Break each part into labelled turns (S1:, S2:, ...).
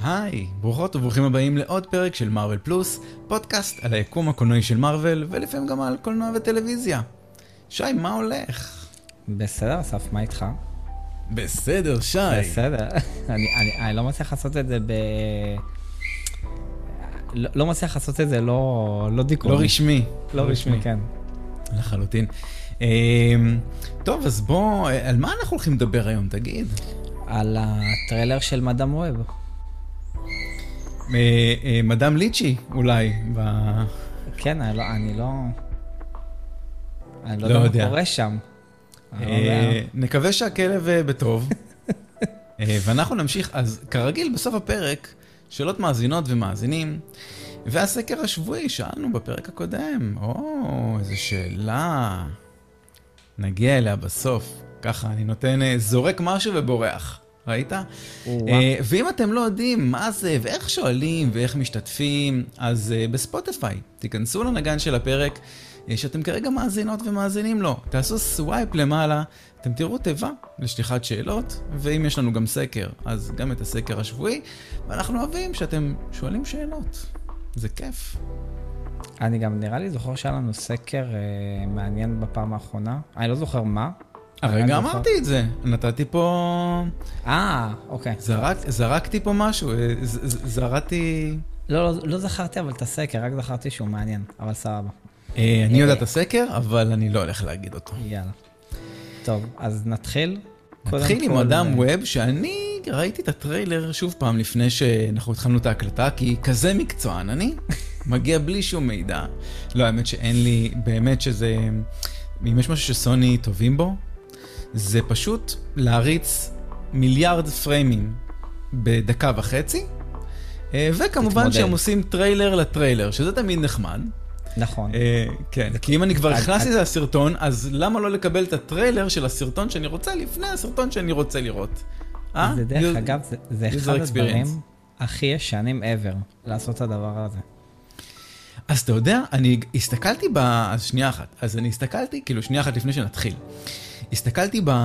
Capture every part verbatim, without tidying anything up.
S1: היי, ברוכות וברוכים הבאים לעוד פרק של מרוול פלוס, פודקאסט על היקום הקולנועי של מרוול, ולפעמים גם על קולנוע וטלוויזיה. שי, מה הולך?
S2: בסדר, אסף, מה איתך?
S1: בסדר, שי.
S2: בסדר. אני, אני, אני לא מצליח לעשות את זה ב... לא, לא מצליח לעשות את זה, לא, לא דיקורי.
S1: לא רשמי.
S2: לא רשמי, כן.
S1: לחלוטין. טוב, אז בוא, על מה אנחנו הולכים לדבר היום, תגיד?
S2: על הטריילר של מדאם ווב.
S1: מדאם ליצ'י, אולי.
S2: כן, אני לא... אני לא, אני לא יודע מה קורה שם.
S1: נקווה שהכלב בטוב. ואנחנו נמשיך, אז כרגיל בסוף הפרק, שאלות מאזינות ומאזינים, והסקר השבועי שאלנו בפרק הקודם. או, איזו שאלה. נגיע אליה בסוף. ככה, אני נותן, זורק משהו ובורח. ראית? ואם אתם לא יודעים מה זה ואיך שואלים ואיך משתתפים, אז בספוטיפיי, תיכנסו לנגן של הפרק, שאתם כרגע מאזינות ומאזינים לו. תעשו סווייפ למעלה, אתם תראו תיבה לשליחת שאלות, ואם יש לנו גם סקר, אז גם את הסקר השבועי, ואנחנו אוהבים שאתם שואלים שאלות. זה כיף.
S2: אני גם נראה לי זוכר שהיה לנו סקר אה, מעניין בפעם האחרונה. אני לא זוכר מה.
S1: הרגע אמרתי את זה. נתתי פה...
S2: אה, אוקיי.
S1: זרק, זרקתי פה משהו. ז, ז, זרקתי...
S2: לא, לא, לא זכרתי אבל את הסקר, רק זכרתי שהוא מעניין, אבל סבבה.
S1: אה, אני יודע את הסקר, אבל אני לא הולך להגיד אותו.
S2: יאללה. טוב, אז נתחיל.
S1: נתחיל עם מדאם ווב, שאני ראיתי את הטריילר שוב פעם לפני שאנחנו התחלנו את ההקלטה, כי כזה מקצוען אני, מגיע בלי שום מידע. לא, האמת שאין לי, באמת שזה, אם יש משהו שסוני טובים בו, זה פשוט להריץ מיליארד פריימים בדקה וחצי, וכמובן שהם עושים טריילר לטריילר, שזה תמיד נחמד.
S2: נכון.
S1: כן, כי אם אני כבר הכנסתי את הסרטון, אז למה לא לקבל את הטריילר של הסרטון שאני רוצה לפני הסרטון שאני רוצה לראות?
S2: זה דרך אגב, זה אחד הדברים הכי ישנים ever, לעשות את הדבר הזה.
S1: אז אתה יודע, אני הסתכלתי ב... אז שנייה אחת. אז אני הסתכלתי, כאילו שנייה אחת לפני שנתחיל. הסתכלתי ב...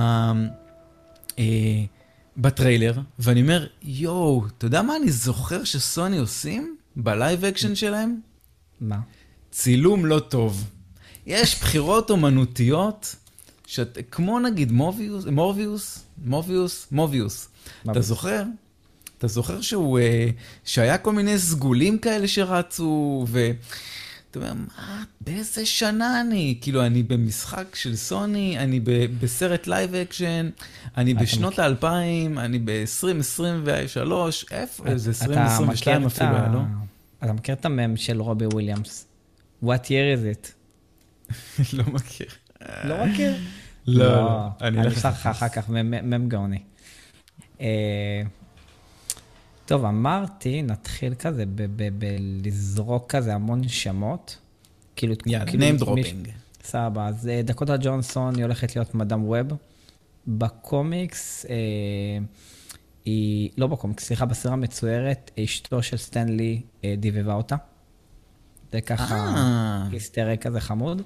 S1: בטריילר, ואני אומר, יואו, אתה יודע מה אני זוכר שסוני עושים בלייב אקשן שלהם?
S2: מה?
S1: צילום לא טוב. יש בחירות אומנותיות, שאת, כמו נגיד מוביוס, מורביוס, מוביוס, מוביוס. אתה זוכר? אתה זוכר שהוא, שהיה כל מיני סגולים כאלה שרצו, ואתה אומר, מה, באיזה שנה אני? כאילו, אני במשחק של סוני, אני בסרט לייב אקשן, אני בשנות האלפיים, אני ב-עשרים עשרים ושלוש, איפה? איזה עשרים עשרים ושתיים אפילו, לא?
S2: אתה מכיר את המם של רובי וויליאמס? What year is it?
S1: לא מכיר.
S2: לא מכיר?
S1: לא,
S2: אני אשלח לך אחר כך, מם גאוני. טוב, אמרתי, נתחיל כזה, בלזרוק כזה המון שמות. כאילו,
S1: name dropping.
S2: סבבה, אז דקוטה ג'ונסון היא הולכת להיות מדאם ווב. בקומיקס, היא, לא בקומיקס, סליחה, בסדרה מצוירת, אשתו של סטנלי דיבבה אותה. זה ככה, היסטרי כזה חמוד.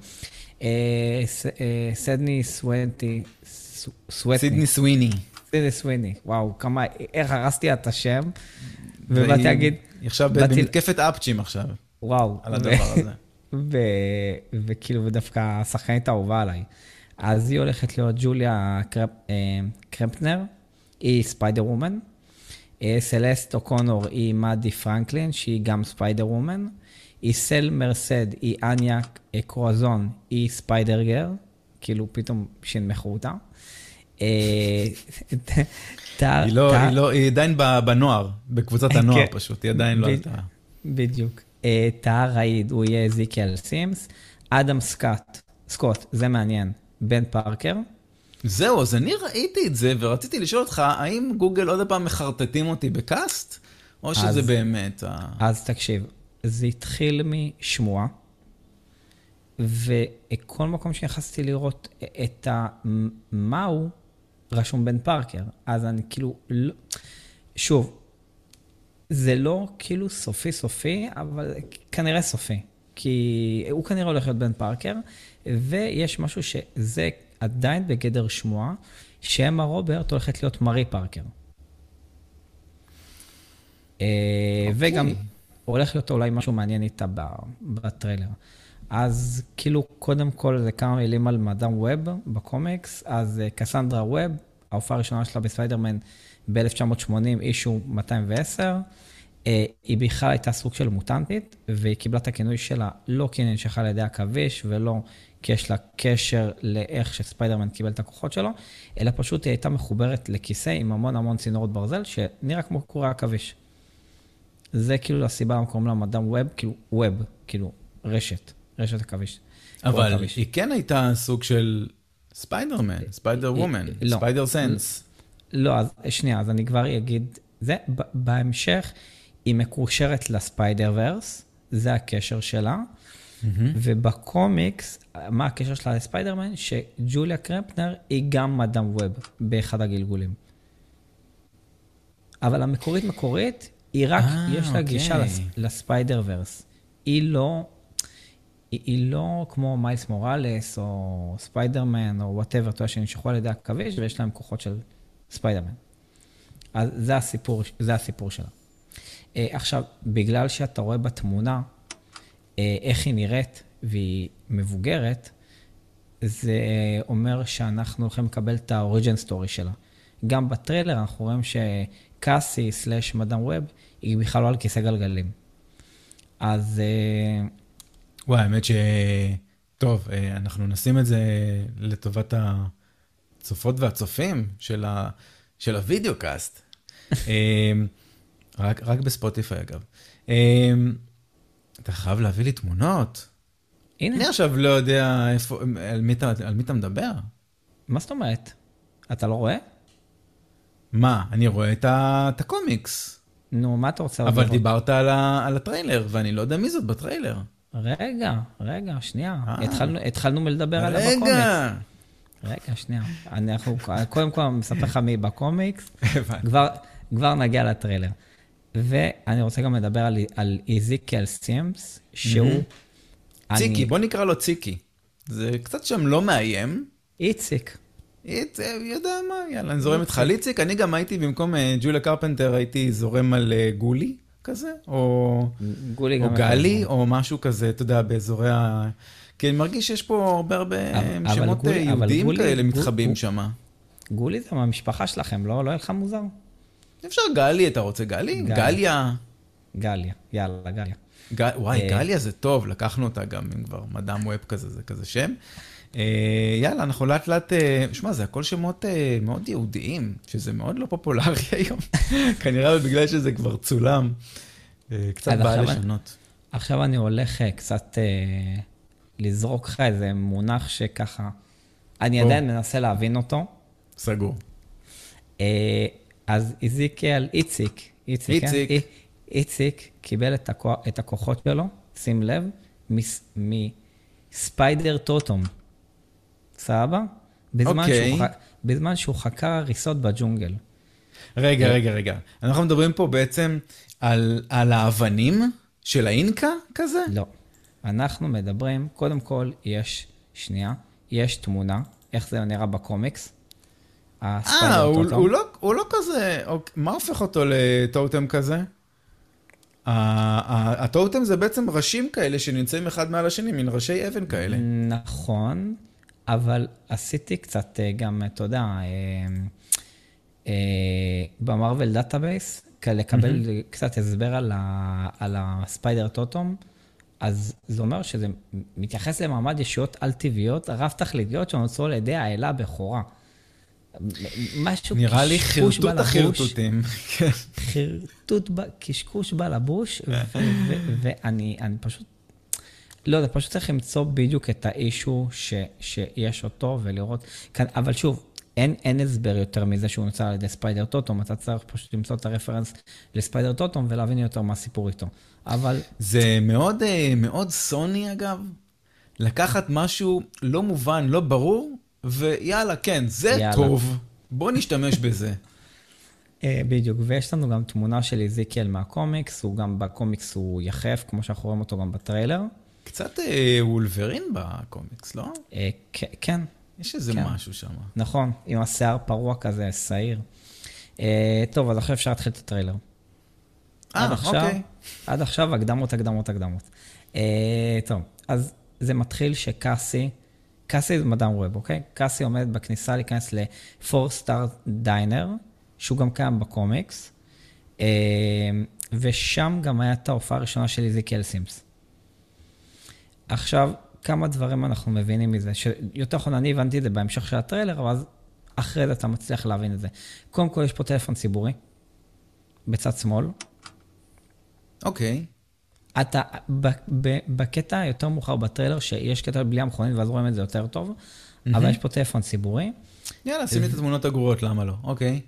S2: סדני סוויני.
S1: סידני סוויני.
S2: סידני סוויני. וואו, כמה, איך הרסתי את השם. ובאתי להגיד...
S1: עכשיו במתקפת אפצ'ים עכשיו.
S2: וואו.
S1: על הדבר הזה.
S2: וכאילו, ודווקא השחקנית האהובה עליי. אז היא הולכת להיות ג'וליה קרמפנר. היא ספיידר וומן. סלסט אוקונור היא מאדי פרנקלין, שהיא גם ספיידר וומן. איסל מרסד היא אניה קרואזון, היא ספיידר גר, כאילו פתאום שינמחו אותה.
S1: היא עדיין בנוער, בקבוצת הנוער פשוט, היא עדיין לא הייתה.
S2: בדיוק. תאה ראיד, הוא יהיה זיקיאל סימס. אדם סקוט, סקוט, זה מעניין, בן פארקר.
S1: זהו, אז אני ראיתי את זה, ורציתי לשאול אותך, האם גוגל עוד הפעם מחרטטים אותי בקאסט, או שזה באמת...
S2: אז תקשיב. זה התחיל משמועה, וכל מקום שנכנסתי לראות את מהו, רשום בן פארקר. אז אני כאילו, לא, שוב, זה לא כאילו סופי סופי, אבל כנראה סופי. כי הוא כנראה הולך להיות בן פארקר, ויש משהו שזה עדיין בגדר שמועה, שאמה רוברט הולכת להיות מרי פארקר. וגם הולך להיות אולי משהו מעניין איתה בטריילר. אז כאילו, קודם כל זה כמה מילים על מאדם ווב בקומיקס, אז קסנדרה ווב, ההופעה הראשונה שלה בספיידרמן ב-אלף תשע מאות שמונים, אישו מאתיים ועשר, היא בכלל הייתה סוג של מוטנטית, והיא קיבלה את הכינוי שלה לא כי היא ננשכה על ידי עכביש, ולא כי יש לה קשר לאיך שספיידרמן קיבל את הכוחות שלו, אלא פשוט היא הייתה מחוברת לכיסא עם המון המון צינורות ברזל, שנראה כמו קורי עכביש. זה כאילו הסיבה למקום למאדם ווב, כאילו ווב, כאילו רשת, רשת עכביש.
S1: אבל עכביש. היא כן הייתה סוג של ספיידרמן, ספיידר וומן,
S2: לא,
S1: ספיידר סנס.
S2: לא, אז שנייה, אז אני כבר אגיד, זה בהמשך, היא מקושרת לספיידר ורס, זה הקשר שלה, mm-hmm. ובקומיקס, מה הקשר שלה לספיידרמן? שג'וליה קרמפנר היא גם מאדם ווב באחד הגלגולים. אבל המקורית מקורית, היא רק, 아, יש לה okay. גישה לס, לספיידר ורס. היא לא, היא, היא לא כמו מיילס מוראלס, או ספיידרמן, או whatever, תודה שנשכו על ידי עכביש, ויש להם כוחות של ספיידרמן. אז זה הסיפור, זה הסיפור שלה. עכשיו, בגלל שאתה רואה בתמונה איך היא נראית והיא מבוגרת, זה אומר שאנחנו הולכים לקבל את האוריג'ן סטורי שלה. גם בטריילר אנחנו רואים שקאסי סלש מאדם ווב היא בכלל לא על כיסא גלגלים. אז...
S1: וואי, האמת ש... טוב, אנחנו נשים את זה לטובת הצופות והצופים של, ה... של הוידאו קאסט. רק, רק בספוטיפיי, אגב. אתה חייב להביא לי תמונות.
S2: הנה.
S1: אני עכשיו לא יודע איפה, על מי אתה, על מי אתה מדבר.
S2: מה זאת אומרת? אתה לא רואה?
S1: מה? אני רואה את, ה, את הקומיקס.
S2: נו, מה אתה רוצה?
S1: אבל לראות? דיברת על, ה, על הטריילר, ואני לא יודע מי זאת בטריילר.
S2: רגע, רגע, שנייה. התחלנו, התחלנו מלדבר עליה בקומיקס.
S1: רגע.
S2: רגע, שנייה. אנחנו, קודם כל מספר לך מי בקומיקס. כבר... כבר נגיע לטריילר. ואני רוצה גם לדבר על, על איזיקיאל סימס, שהוא...
S1: Mm-hmm. ציקי, אני... בוא נקרא לו ציקי. זה קצת שם לא מאיים.
S2: איציק.
S1: איצ... יודע מה, יאללה, אני זורם איתך על איציק. אני גם הייתי במקום ג'וליה קרפנטר, הייתי זורם על גולי כזה, או,
S2: גולי
S1: או גלי, או משהו כזה, אתה יודע, באזורי ה... כי אני מרגיש שיש פה הרבה הרבה אבל, שמות אבל יהודיים גולי, כאלה גול, מתחבאים גול, שם.
S2: גולי זה מהמשפחה שלכם, לא? לא יהיה לך מוזר?
S1: אפשר גלי, אתה רוצה גלי? גלי. גליה.
S2: גליה, יאללה, גליה.
S1: ג... וואי, גליה זה טוב, לקחנו אותה גם, אם כבר מאדם ווב כזה, זה כזה שם. יאללה, אנחנו לאט לאט, שמה, זה הכל שמות מאוד יהודיים, שזה מאוד לא פופולרי היום. כנראה בגלל שזה כבר צולם. קצת בא לשנות.
S2: עכשיו אני הולך קצת לזרוק לך איזה מונח שככה, אני עדיין מנסה להבין אותו.
S1: סגור.
S2: אז איזיקיאל, איציק, איציק,
S1: איציק.
S2: כן? איציק קיבל את, הכוח, את הכוחות שלו, שים לב, מספיידר טוטום. סבבה? בזמן,
S1: אוקיי.
S2: שהוא, בזמן שהוא חקר הריסות בג'ונגל.
S1: רגע, רגע, רגע. אנחנו מדברים פה בעצם על, על האבנים של האינקה כזה?
S2: לא. אנחנו מדברים, קודם כל, יש, שנייה, יש תמונה, איך זה נראה בקומיקס.
S1: אה, הוא, הוא, לא, הוא לא כזה, מה הופך אותו לטוטם כזה? הטוטם זה בעצם ראשים כאלה שנמצאים אחד מעל השני, מין ראשי אבן כאלה.
S2: נכון, אבל עשיתי קצת גם, אתה יודע, במרוול דאטאבייס, לקבל קצת הסבר על הספיידר טוטום, אז זה אומר שזה מתייחס למעמד ישויות על-טבעיות, רב-תכליתיות שנוצרו על ידי האלה הבכורה. משהו
S1: נראה לי חרטוט החרטוטים.
S2: חרטוט, קשקוש בלבוש, ואני פשוט, לא יודע, פשוט צריך למצוא בדיוק את האישו שיש אותו ולראות, אבל שוב, אין הסבר יותר מזה שהוא נוצר על ידי ספיידר טוטום, אתה צריך פשוט למצוא את הרפרנס לספיידר טוטום ולהבין יותר מה הסיפור איתו. אבל...
S1: זה מאוד, מאוד סוני אגב, לקחת משהו לא מובן, לא ברור, ויאללה, כן, זה יאללה. טוב, בוא נשתמש בזה.
S2: בדיוק, ויש לנו גם תמונה של איזיקיאל מהקומיקס, הוא גם בקומיקס הוא יחף, כמו שאנחנו רואים אותו גם בטריילר.
S1: קצת וולברין בקומיקס, לא?
S2: כן.
S1: יש איזה כן. משהו שם.
S2: נכון, עם השיער פרוע כזה, שעיר. טוב, אז עכשיו אפשר להתחיל את הטריילר. עד
S1: אה,
S2: עכשיו,
S1: אוקיי.
S2: עד עכשיו הקדמות, הקדמות, הקדמות. אה, טוב, אז זה מתחיל שקאסי, קאסי זה מדען ווב, אוקיי? קאסי עומד בכניסה להיכנס ל-פור סטאר דיינר, שהוא גם קיים בקומיקס, אה, ושם גם הייתה ההופעה הראשונה של איזיקיאל סימס. עכשיו, כמה דברים אנחנו מבינים מזה, שיותר נכון, אני הבנתי את זה בהמשך של הטריילר, אבל אחרי זה אתה מצליח להבין את זה. קודם כל, יש פה טלפון ציבורי, בצד שמאל.
S1: אוקיי.
S2: אתה, ב, ב, בקטע יותר מאוחר בטריילר, שיש קטע בלי המכונית, ואז רואים את זה יותר טוב, mm-hmm. אבל יש פה טלפון ציבורי.
S1: יאללה, שים לי את התמונות הגרועות, למה לא? אוקיי.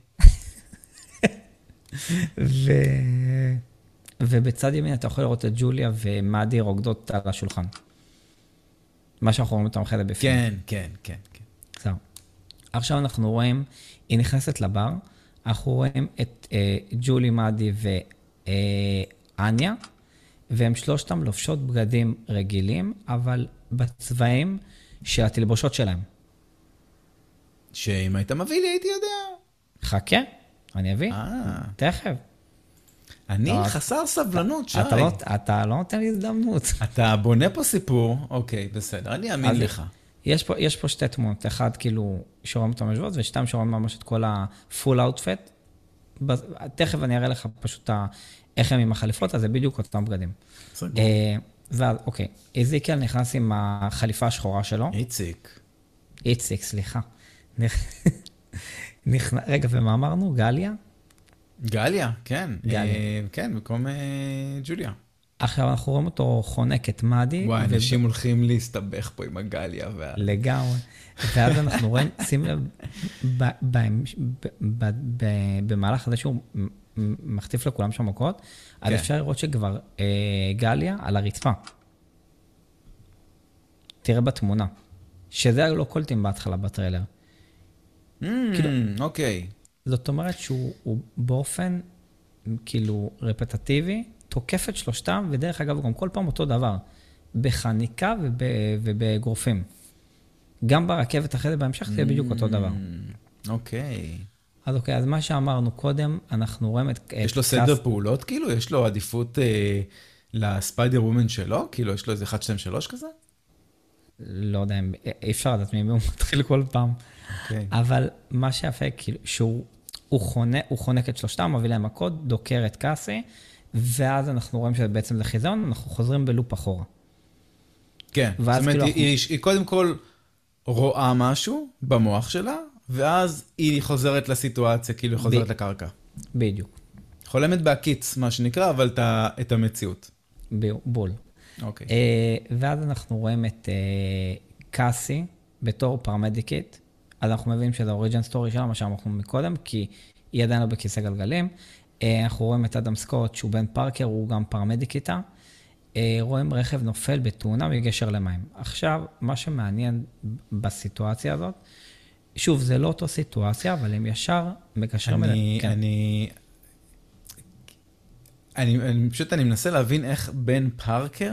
S2: ו... ובצד ימין אתה יכול לראות את ג'וליה ומאדי רוקדות על השולחן. מה שאנחנו רואים אותם חלק בפנים.
S1: כן, כן, כן, כן.
S2: זהו. עכשיו אנחנו רואים, היא נכנסת לבר, אנחנו רואים את אה, ג'ולי, מאדי ואניה, והם שלושתם לובשות בגדים רגילים, אבל בצבעים של התלבושות שלהם.
S1: שאם היית מביא לי, הייתי יודע.
S2: חכה, אני אביא.
S1: אה.
S2: תכף.
S1: אני
S2: לא,
S1: חסר סבלנות, שי.
S2: אתה לא, אתה לא נותן לי הזדמנות.
S1: אתה בונה פה סיפור, אוקיי, בסדר, אני אאמין
S2: אז
S1: לך.
S2: יש פה, יש פה שתי תמונות, אחד כאילו שרואים אותם משוואות, ושתיים שרואים ממש את כל הפול אאוטפט. תכף אני אראה לך פשוט איך הם עם החליפות, אז זה בדיוק אותם בגדים. אה, ואז, אוקיי, איזיקיאל נכנס עם החליפה השחורה שלו.
S1: איציק.
S2: איציק, סליחה. נכנס, רגע, ומה אמרנו? גליה?
S1: גליה, כן.
S2: גליה.
S1: אה, כן, במקום אה, ג'וליה.
S2: עכשיו אנחנו רואים אותו חונק את מאדי.
S1: וואי, אנשים הולכים להסתבך פה עם הגליה. וה...
S2: לגמרי. ואז אנחנו רואים, שים לב, במהלך הזה שהוא מחטיף לכולם שם מכות, אז אפשר לראות שכבר גליה על הרצפה. תראה בתמונה. שזה לא קולטים בהתחלה בטריילר.
S1: אוקיי.
S2: זאת אומרת שהוא באופן כאילו רפטטיבי, תוקף את שלושתם, ודרך אגב גם כל פעם אותו דבר, בחניקה ובגרופים. גם ברכבת אחרי זה בהמשך, זה בדיוק אותו דבר.
S1: אוקיי.
S2: אז אוקיי, אז מה שאמרנו קודם, אנחנו רואים את...
S1: יש לו סדר פעולות, כאילו? יש לו עדיפות לספיידר וומן שלו? כאילו, יש לו איזה אחת, שתיים, שלוש כזה?
S2: לא יודע, אי אפשר לדעת מי הוא מתחיל כל פעם. אבל מה שיפה, כאילו, שהוא חונק את שלושתם, מביא להם מכות, דוקר את קאסי, ואז אנחנו רואים שבעצם זה חיזיון, אנחנו חוזרים בלופ אחורה.
S1: כן, זאת אומרת, היא קודם כל רואה משהו במוח שלה, ואז היא חוזרת לסיטואציה, כאילו היא חוזרת לקרקע.
S2: בדיוק.
S1: חולמת בהקיץ, מה שנקרא, אבל את המציאות.
S2: בול.
S1: אוקיי.
S2: ואז אנחנו רואים את קאסי בתור פרמדיקית, אז אנחנו מבינים שזה אוריג'ן סטורי שלה, מה שאמרנו מקודם, כי היא עדיין לא בכיסא גלגלים. אנחנו רואים את אדם סקוט, שהוא בן פארקר, הוא גם פרמדיק איתה. רואים רכב נופל בתאונה מגשר למים. עכשיו, מה שמעניין בסיטואציה הזאת, שוב, זה לא אותו סיטואציה, אבל הם ישר מקשרים את זה.
S1: כן. אני, אני, אני, פשוט אני מנסה להבין איך בן פארקר,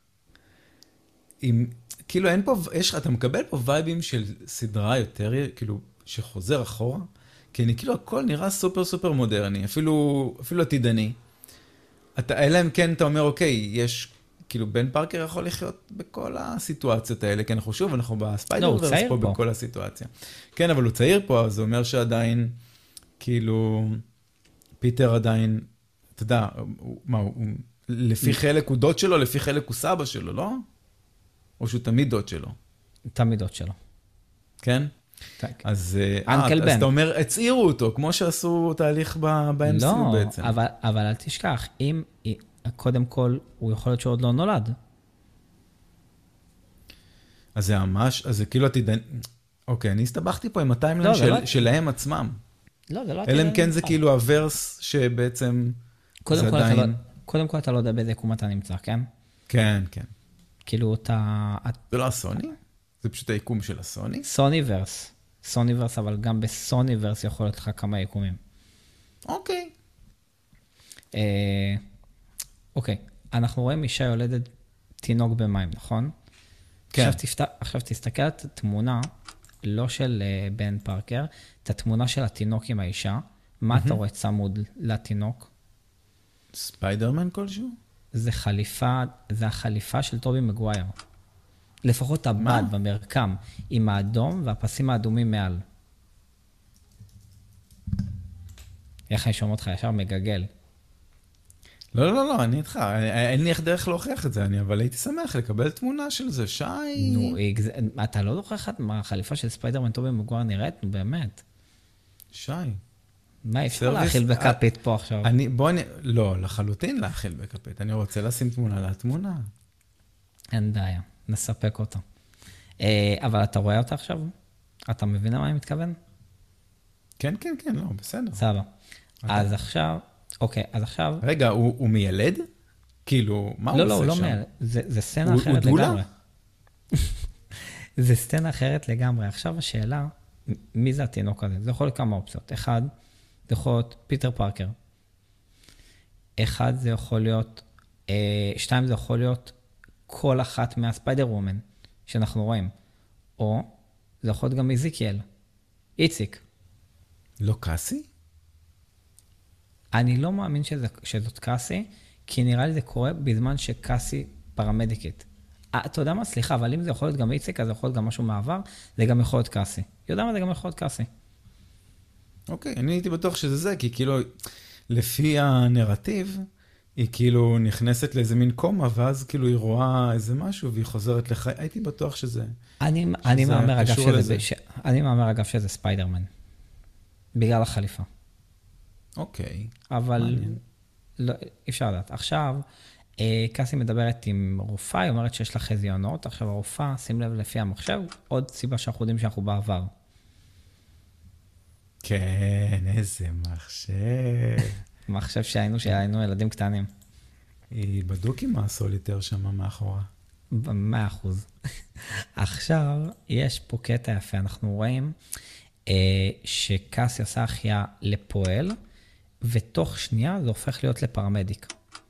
S1: עם, כאילו אין פה, יש, אתה מקבל פה וייבים של סדרה יותר, כאילו, שחוזר אחורה, כי אני, כאילו, הכל נראה סופר סופר מודרני, אפילו, אפילו עתידני. אתה, אלא אם כן אתה אומר, אוקיי, יש, כאילו, בן פארקר יכול לחיות בכל הסיטואציות האלה, כי אנחנו שוב, אנחנו בספיידר ורס פה, פה בכל הסיטואציה. כן, אבל הוא צעיר פה, אז זה אומר שעדיין, כאילו, פיטר עדיין, אתה יודע, מה, הוא, לפי חלק הוא דוד שלו, לפי חלק הוא סבא שלו, לא? או שהוא תמיד דוד שלו?
S2: תמיד דוד שלו.
S1: כן? אז,
S2: אנקל בן.
S1: אז אתה אומר, הצעירו אותו, כמו שעשו תהליך ב-אם סי יו בעצם.
S2: לא, אבל, אבל אל תשכח, אם, קודם כל, הוא יכול להיות שעוד לא נולד.
S1: אז זה ממש, אז זה כאילו עתידני, אוקיי, אני הסתבכתי פה עם הטיימליין של, לא... שלהם עצמם.
S2: לא, זה לא עתידני.
S1: אלא אם כן זה כאילו הוורס שבעצם
S2: קודם כל, עדיין... אתה לא, קודם כל אתה לא יודע באיזה קום אתה נמצא, כן?
S1: כן, כן.
S2: כאילו אתה...
S1: זה לא הסוני? זה פשוט היקום של הסוני?
S2: סוני ורס. סוני ורס, אבל גם בסוני ורס יכול להיות לך כמה יקומים.
S1: אוקיי.
S2: אה, אוקיי, אנחנו רואים אישה יולדת תינוק במים, נכון? כן. עכשיו, תפת... עכשיו תסתכל על התמונה, לא של uh, בן פארקר, את התמונה של התינוק עם האישה. מה mm-hmm. אתה רואה צמוד לתינוק?
S1: ספיידרמן כלשהו?
S2: זה חליפה, זה החליפה של טובי מגווייר. לפחות הבד במרקם, עם האדום והפסים האדומים מעל. איך אני שומע אותך ישר מגגל?
S1: לא, לא, לא, אני איתך. אין לי איך דרך להוכיח את זה, אני אבל הייתי שמח לקבל תמונה של זה, שי.
S2: נו, אתה לא זוכר מה החליפה של ספיידרמן טובי מגווייר נראית? נו, באמת.
S1: שי.
S2: מה, אפשר להאכיל בקפית פה עכשיו?
S1: אני, בוא אני, לא, לחלוטין להאכיל בקפית. אני רוצה לשים תמונה לתמונה.
S2: אין דעיה, נספק אותה. אבל אתה רואה אותה עכשיו? אתה מבין למה אני מתכוון?
S1: כן, כן, כן, לא, בסדר.
S2: סבא. אז עכשיו, אוקיי, אז עכשיו...
S1: רגע, הוא, הוא מיילד? כאילו, מה הוא
S2: לא,
S1: עושה
S2: לא,
S1: שם?
S2: לא, הוא לא מיילד. זה, זה סצנה
S1: הוא,
S2: אחרת
S1: הוא
S2: לגמרי. זה סצנה אחרת לגמרי. עכשיו השאלה, מי זה התינוק הזה? זה יכול להיות כמה אופציות. אחד, זה יכול להיות פיטר פארקר. אחד, זה יכול להיות... אה, שתיים, זה יכול להיות כל אחת מהספיידר וומן שאנחנו רואים. או זה יכול להיות גם איזיקיאל. איציק.
S1: לא קאסי?
S2: אני לא מאמין שזה, שזאת קאסי, כי נראה לי זה קורה בזמן שקאסי פרמדיקית. אתה יודע מה? סליחה, אבל אם זה יכול להיות גם איציק, אז זה יכול להיות גם משהו מעבר, זה גם יכול להיות קאסי. יודע מה? זה גם יכול להיות קאסי.
S1: אוקיי, אני הייתי בטוח שזה זה, כי כאילו, לפי הנרטיב, היא כאילו נכנסת לאיזה מין קומה, ואז כאילו היא רואה איזה משהו, והיא חוזרת לחי... הייתי בטוח שזה...
S2: אני, אני מאמר אגב שזה, ש... אני מאמר אגב שזה ספיידרמן. בגלל החליפה.
S1: אוקיי.
S2: אבל לא, אפשר לדעת. עכשיו, קאסי מדברת עם רופאה, היא אומרת שיש לה חזיונות. עכשיו הרופאה, שים לב לפי המחשב, עוד סיבה שאנחנו יודעים שאנחנו בעבר.
S1: כן, איזה מחשב.
S2: מחשב שהיינו, שהיינו ילדים קטנים.
S1: היא בדוק עם הסוליטר שם מאחורה.
S2: במאה אחוז. עכשיו, יש פה קטע יפה, אנחנו רואים אה, שקאסי עושה החייאה לפועל, ותוך שנייה זה הופך להיות לפרמדיק.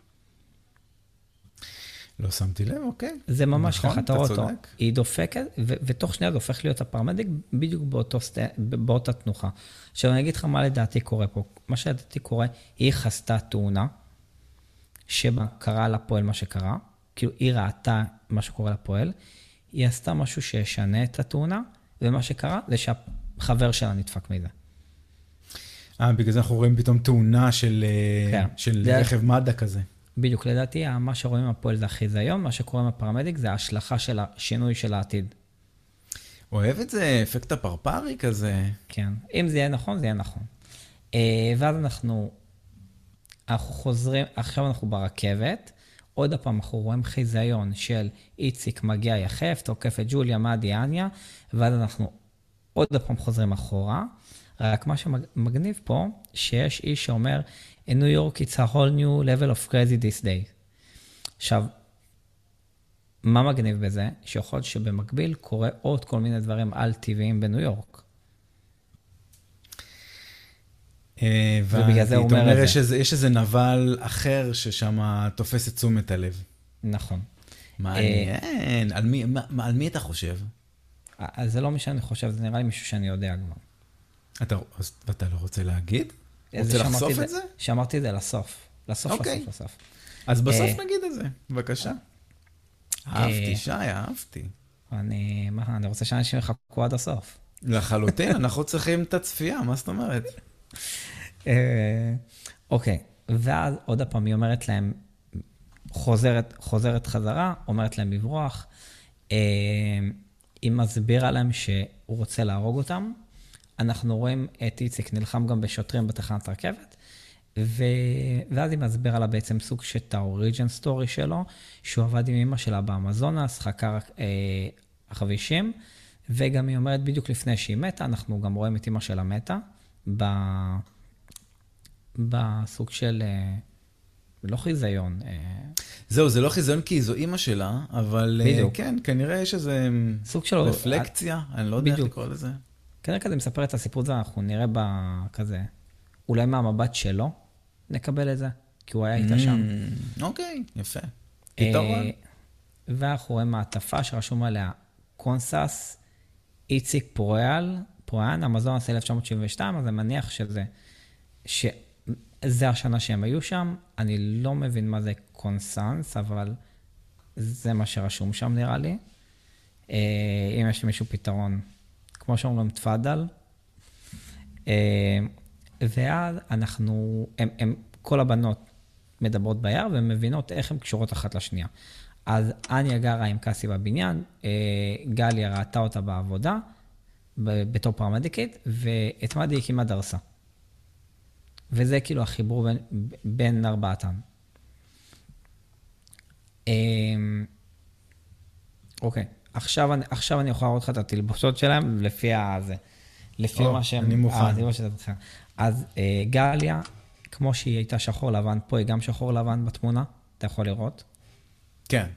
S1: לא שמתי לב, אוקיי.
S2: זה ממש
S1: נכון,
S2: ככה, אתה רואה אותו.
S1: צודק.
S2: היא דופקת, ו- ותוך שנייה זה הופך להיות הפרמדיק, בדיוק באותו סט... באותה תנוחה. עכשיו אני אגיד לך מה לדעתי קורה פה. מה שלדעתי קורה, היא חסתה תאונה, שבה קרה לפועל מה שקרה, כאילו היא ראתה מה שקורה לפועל, היא עשתה משהו שישנה את התאונה, ומה שקרה זה שהחבר שלה נדפק מזה.
S1: אה, בגלל זה אנחנו רואים פתאום תאונה של,
S2: כן.
S1: של
S2: זה...
S1: רכב מד"א כזה.
S2: בדיוק, לדעתי, מה שרואים עם הפועל זה החיזיון, מה שקורה עם הפרמדיק זה ההשלכה של השינוי של העתיד.
S1: אוהב את זה, אפקט הפרפרי כזה.
S2: כן, אם זה יהיה נכון, זה יהיה נכון. ואז אנחנו, אנחנו חוזרים, עכשיו אנחנו ברכבת, עוד הפעם אנחנו רואים חיזיון של איציק מגיע יחף, תוקף את ג'וליה, מאדי, אניה, ואז אנחנו עוד הפעם חוזרים אחורה, רק מה שמגניב פה, שיש איש שאומר, in New York it's a whole new level of crazy this day. עכשיו, מה מגניב בזה? שיכול להיות שבמקביל קורה עוד כל מיני דברים על טבעיים בניו יורק.
S1: ובגלל זה הוא אומר את זה. יש איזה נבל אחר ששם תופס את תשומת הלב.
S2: נכון.
S1: מעניין. על מי אתה חושב?
S2: אז זה לא מי שאני חושב, זה נראה לי מישהו שאני יודע כבר.
S1: ואתה לא רוצה להגיד? רוצה לחשוף את זה?
S2: שאמרתי את זה לסוף. לסוף, לסוף, לסוף.
S1: אז בסוף נגיד את זה, בבקשה. אהבתי, שי, אהבתי.
S2: אני, מה, אני רוצה שאנשים יחכו עד הסוף.
S1: לחלוטין, אנחנו צריכים את הצפייה, מה זאת אומרת?
S2: אוקיי, ואז עוד הפעם היא אומרת להם, חוזרת, חוזרת חזרה, אומרת להם לברוח, היא מסבירה להם שהוא רוצה להרוג אותם, אנחנו רואים את איציק נלחם גם בשוטרים בתחנת רכבת, ו... ואז היא מסבירה לה בעצם סוג של האוריג'ן סטורי שלו, שהוא עבד עם אמא שלה באמזונס, חקר אה, חבישים, וגם היא אומרת בדיוק לפני שהיא מתה, אנחנו גם רואים את אמא שלה מתה, ב... בסוג של, אה, לא חיזיון. אה...
S1: זהו, זה לא חיזיון כי זו אמא שלה, אבל
S2: בדיוק.
S1: כן, כנראה יש איזה
S2: סוג של...
S1: רפלקציה, את... אני לא יודע איך לקרוא לזה.
S2: כנראה כזה מספר את הסיפור הזה, אנחנו נראה בכזה, אולי מהמבט שלו נקבל את זה, כי הוא היה איתה שם.
S1: אוקיי, יפה. פתרון.
S2: ואנחנו רואים מעטפה שרשום עליה, קונסס, איציק פרויאל, פרויאן, אמזונס אלף תשע מאות שבעים ושתיים, אז אני מניח שזה, זה השנה שהם היו שם, אני לא מבין מה זה קונסנס, אבל זה מה שרשום שם נראה לי. אה, אם יש למישהו פתרון, כמו שאומרים, תפדל. אה, ואז אנחנו, הם, הם, כל הבנות מדברות ביער, והן מבינות איך הן קשורות אחת לשנייה. אז אניה גרה עם קאסי בבניין, אה, גליה ראתה אותה בעבודה, בתור פרמדיקית, ואת מדי היא כמעט דרסה. וזה כאילו החיבור בין, בין ארבעתן. אוקיי, עכשיו, עכשיו אני יכול לראות לך את התלבושות שלהם לפי הזה. לפי
S1: או,
S2: מה שהם...
S1: אני מוכן.
S2: אה, אז אה, גליה, כמו שהיא הייתה שחור לבן, פה היא גם שחור לבן בתמונה, אתה יכול לראות.
S1: כן.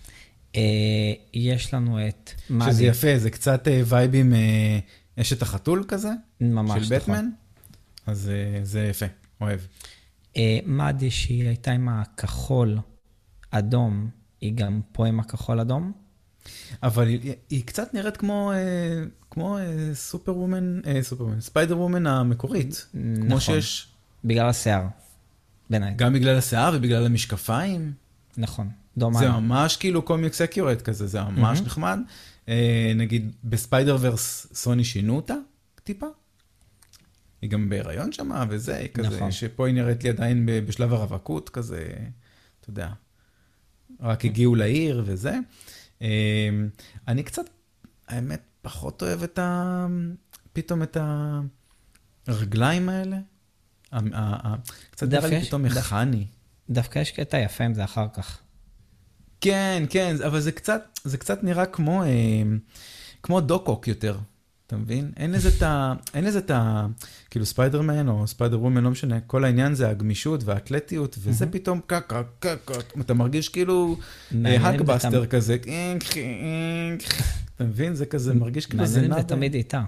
S2: אה, יש לנו את...
S1: שזה
S2: מדי.
S1: יפה, זה קצת אה, וייבים, אה, יש את החתול כזה?
S2: ממש,
S1: של
S2: נכון.
S1: בטמן? אז אה, זה יפה, אוהב.
S2: אה, מדי שהיא הייתה עם הכחול אדום, היא גם פה עם הכחול אדום.
S1: אבל היא, היא קצת נראית כמו, אה, כמו אה, סופר וומן, אה, סופר וומן, ספיידר וומן המקורית.
S2: נכון.
S1: כמו שיש...
S2: בגלל השיער, בעיניי.
S1: גם בגלל השיער ובגלל המשקפיים.
S2: נכון, דומה.
S1: זה ממש כאילו קומיקס אקיורט כזה, זה ממש
S2: Mhm.
S1: נחמד. אה, נגיד, בספיידר ורס סוני שינו אותה טיפה. היא גם בהיריון שמה, וזה, היא כזה,
S2: נכון.
S1: שפה היא נראית לי עדיין ב- בשלב הרווקות, כזה, אתה יודע, רק הגיעו לעיר וזה. אה, אני קצת, האמת, פחות אוהב את ה... פתאום את הרגליים האלה. ה- ה- ה- קצת נראה
S2: דווקא
S1: לי
S2: יש-
S1: פתאום
S2: דווקא-
S1: מכני.
S2: דווקא יש קטע יפה עם זה אחר כך.
S1: כן, כן, אבל זה קצת, זה קצת נראה כמו, אה, כמו דוקוק יותר, אתה מבין? אין לזה את ה... אין לזה את ה... כאילו ספיידרמן או ספיידר וומן, לא משנה, כל העניין זה הגמישות והאתלטיות, וזה פתאום קקה, קקה, אתה מרגיש כאילו
S2: מעניין אם זה
S1: האקבאסטר
S2: תמ-
S1: כזה, אינק, אינק, אתה מבין? זה כזה מרגיש כאילו זה
S2: מעניין אם
S1: נע...
S2: זה
S1: ב-
S2: תמיד איתה.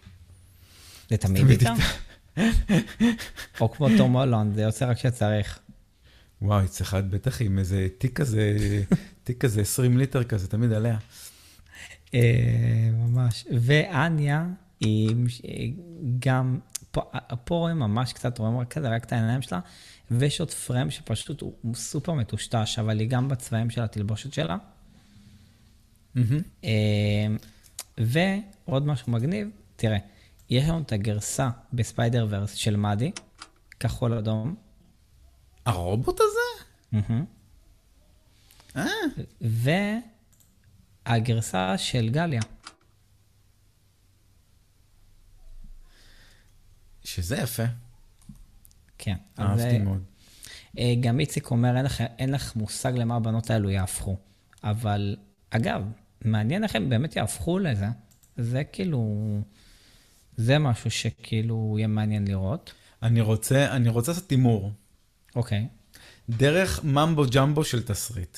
S2: זה תמיד
S1: תמיד
S2: איתה? או כמו תום הולנד, זה יוצא רק שצריך.
S1: וואי, צריך בטח עם איזה תיק כזה, תיק כזה עשרים ליטר כזה, תמיד עליה.
S2: אה, ממש. ואניה, היא היא גם, פה, פה רואים ממש קצת, רואים רק כזה, רק את העיניים שלה, ויש עוד פריים שפשוט הוא, הוא סופר מטושטש, אבל היא גם בצבעים של התלבושת שלה.
S1: מהמם.
S2: אה, ועוד משהו מגניב, תראה, יש לנו את הגרסה בספיידר ורס של מדי, כחול אדום,
S1: הרובוט הזה?
S2: מהמם.
S1: אה,
S2: והגרסה של גליה.
S1: שזה יפה.
S2: כן. אז
S1: אהבתי
S2: זה-
S1: מאוד.
S2: אה, גם איציק אומר, אין לך, אין לך מושג למה הבנות האלו יהפכו. אבל, אגב, מעניין איך הם באמת יהפכו לזה. זה כאילו, זה משהו שכאילו יהיה מעניין לראות.
S1: אני רוצה, אני רוצה לעשות תימור.
S2: אוקיי.
S1: דרך ממבו ג'מבו של תסריט.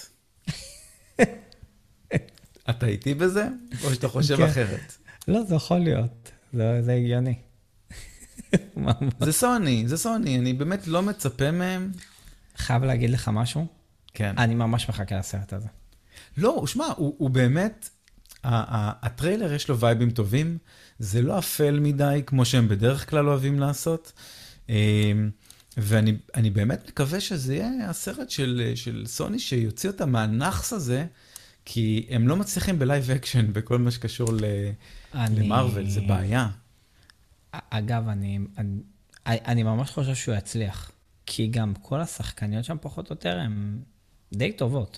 S1: אתה איתי בזה? או שאתה חושב
S2: כן.
S1: אחרת?
S2: לא, זה יכול להיות. זה, זה הגיוני.
S1: זה סוני, זה סוני. אני באמת לא מצפה מהם.
S2: חייב להגיד לך משהו?
S1: כן.
S2: אני ממש מחכה לסרט הזה.
S1: לא, שמע, הוא, הוא באמת, ה- ה- הטריילר יש לו וייבים טובים, זה לא אפל מדי, כמו שהם בדרך כלל אוהבים לעשות, אמ, ואני אני באמת מקווה שזה יהיה הסרט של, של סוני שיוציא אותה מהנחס הזה, כי הם לא מצליחים בלייב אקשן בכל מה שקשור ל,
S2: אני-
S1: למרוול, זה בעיה.
S2: אגב, אני, אני, אני ממש חושב שהוא יצליח. כי גם כל השחקניות שם פחות או יותר הן די טובות.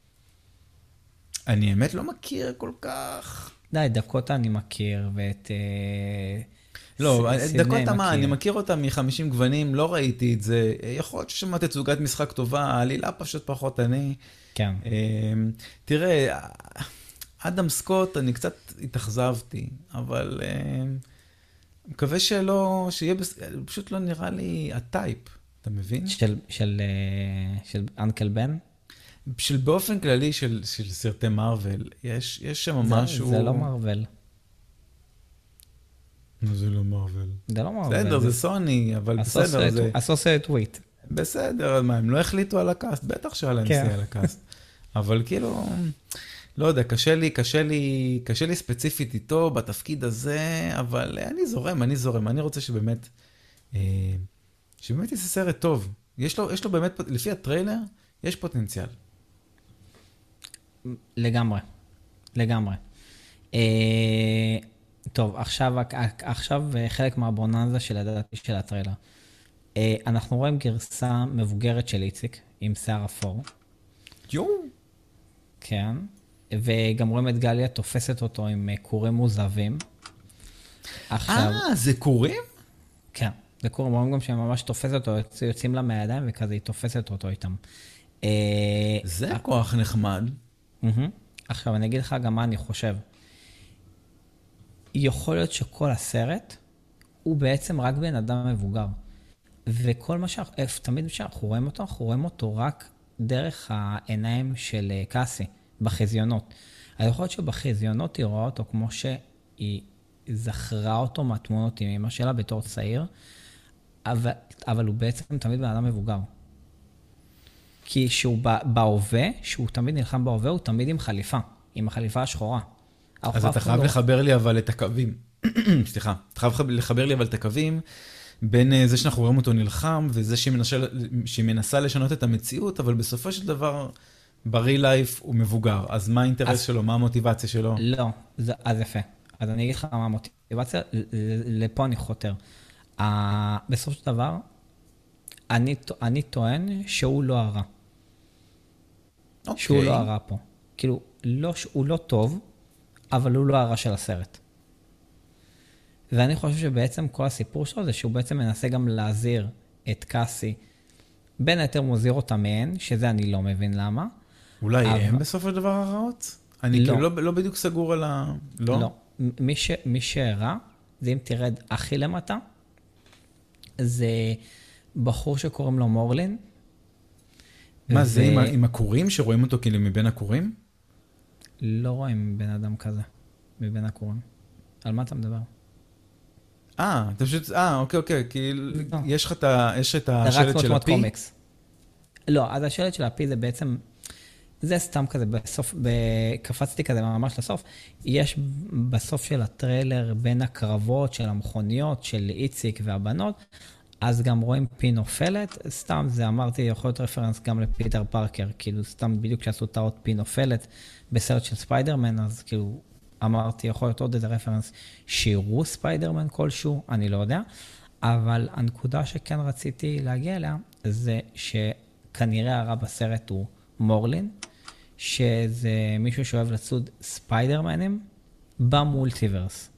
S1: אני האמת לא מכיר כל כך.
S2: די, דקוטה אני מכיר, ואת... אה,
S1: לא,
S2: ס- סידני
S1: דקות מה, אני
S2: מכיר.
S1: מכיר אותה מ-חמישים גוונים, לא ראיתי את זה. יכול להיות ששמעת תצוגת משחק טובה, העלילה פשוט פחות אני.
S2: כן.
S1: אמ, תראה, אדם סקוט, אני קצת התאכזבתי, אבל אמ, מקווה שלא, שיהיה, בס- פשוט לא נראה לי הטייפ, אתה מבין?
S2: של, של, אה, של אנקל בן?
S1: של באופן כללי של, של סרטי מארוול, יש, יש שם
S2: זה-
S1: משהו...
S2: זה לא מרוול.
S1: זה לא מארוול.
S2: זה לא מרוול.
S1: בסדר, זה סוני, אבל בסדר, זה...
S2: אסוסייט וויט.
S1: בסדר, אז מה, הם לא החליטו על הקאסט? בטח שהיה להם
S2: כן.
S1: סי על הקאסט. אבל כאילו, לא יודע, קשה לי, קשה לי, קשה לי ספציפית איתו בתפקיד הזה, אבל אני זורם, אני זורם. אני רוצה שבאמת אה, שבאמת יעשה סרט טוב. יש לו, יש לו באמת, לפי הטריילר, יש פוטנציאל.
S2: לגמרי, לגמרי. אה, טוב, עכשיו, עכשיו חלק מהבוננזה שלדעתי של הטריילר. אה, אנחנו רואים גרסה מבוגרת של איציק, עם שיער אפור.
S1: יו!
S2: כן. וגם רואים את גליה תופסת אותו עם קורים מוזבים.
S1: עכשיו... אה, זה קורים?
S2: כן, זה קורים. רואים גם שהם ממש תופסת אותו, יוצאים לה מהידיים, וכזה היא תופסת אותו איתם.
S1: זה כוח נחמד.
S2: עכשיו, אני אגיד לך גם מה אני חושב. יכול להיות שכל הסרט הוא בעצם רק בן אדם מבוגר. וכל מה שאנחנו, תמיד כשאנחנו רואים אותו, אנחנו רואים אותו רק דרך העיניים של קאסי, בחזיונות. אז יכול להיות שבחזיונות היא רואה אותו כמו שהיא זכרה אותו מהתמונות עם אמא שלה בתור צעיר, אבל, אבל הוא בעצם תמיד בן אדם מבוגר. כי שהוא בהווה, שהוא תמיד נלחם בהווה, הוא תמיד עם חליפה, עם החליפה השחורה.
S1: אז אתה חייב לחבר לי אבל את הקווים. סליחה, אתה חייב לחבר לי אבל את הקווים, בין זה שאנחנו רואים אותו נלחם, וזה שהיא מנסה לשנות את המציאות, אבל בסופו של דבר, ברי לייף הוא מבוגר. אז מה האינטרס שלו? מה המוטיבציה שלו?
S2: לא, אז יפה. אז אני אגיד לך מה המוטיבציה, לפה אני חותר. בסופו של דבר, אני טוען שהוא לא הרע. שהוא לא הרע פה. כאילו, הוא לא טוב, אבל הוא לא הרע של הסרט. ואני חושב שבעצם כל הסיפור שלו זה שהוא בעצם מנסה גם להזהיר את קאסי, בין היתר מוזהיר אותה מהן, שזה אני לא מבין למה.
S1: אולי הם בסוף הדבר הרעות? אני כאילו לא בדיוק סגור על ה... לא?
S2: לא. מי שהרע, זה אם תרד הכי למטה, זה בחור שקוראים לו מורלין.
S1: מה זה, עם הקורים שרואים אותו כאילו מבין הקורים?
S2: לא רואים בן אדם כזה, מבין הקורים. על מה אתה מדבר?
S1: אה, אתה פשוט, אה, אוקיי, אוקיי, כי יש לך את השלט של הפי?
S2: לא, אז השלט של הפי זה בעצם, זה סתם כזה, בסוף, קפצתי כזה ממש לסוף, יש בסוף של הטריילר בין הקרבות של המכוניות, של איציק והבנות, אז גם רואים פי נופלת, סתם זה אמרתי, יכול להיות רפרנס גם לפיטר פארקר, כאילו סתם בדיוק שעשו את האות פי נופלת בסרט של ספיידרמן, אז כאילו אמרתי, יכול להיות עוד איזה רפרנס שירו ספיידרמן כלשהו, אני לא יודע, אבל הנקודה שכן רציתי להגיע אליה, זה שכנראה הרע בסרט הוא מורלין, שזה מישהו שאוהב לצוד ספיידרמנים במולטיברס.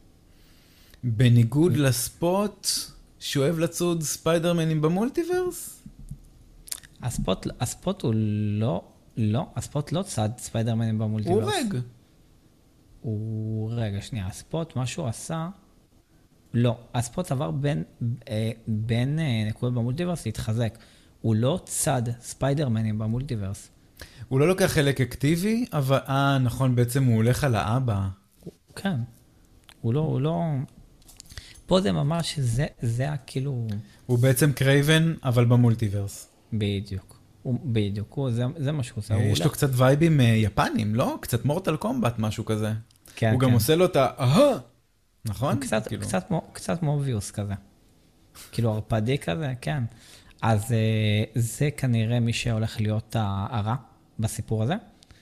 S1: בניגוד לספוט שאוהב לצוד ספיידרמנים במולטיברס?
S2: הספוט, הספוט הוא לא, לא, הספוט לא צד ספיידרמנים במולטיברס.
S1: הוא רגע.
S2: הוא, רגע, שנייה, הספוט, מה שהוא עשה, לא, הספוט עבר בין, אה, בין אה, נקודות במולטיברס להתחזק. הוא לא צד ספיידרמנים במולטיברס.
S1: הוא לא לוקח חלק אקטיבי, אבל, אה, נכון, בעצם הוא הולך על האבא.
S2: כן. הוא לא, הוא לא... פה זה ממש, זה, זה כאילו...
S1: הוא בעצם קרייבן, אבל במולטיברס.
S2: בדיוק. הוא, בדיוק, הוא, זה, זה מה שהוא עושה.
S1: יש לו קצת וייבים יפנים, לא? קצת מורטל קומבט, משהו כזה.
S2: כן,
S1: הוא
S2: כן.
S1: גם עושה לו את ה... אהה! נכון?
S2: קצת, כאילו. קצת, קצת מוביוס כזה. כאילו הרפדי כזה, כן. אז זה כנראה מי שהולך להיות הרע בסיפור הזה.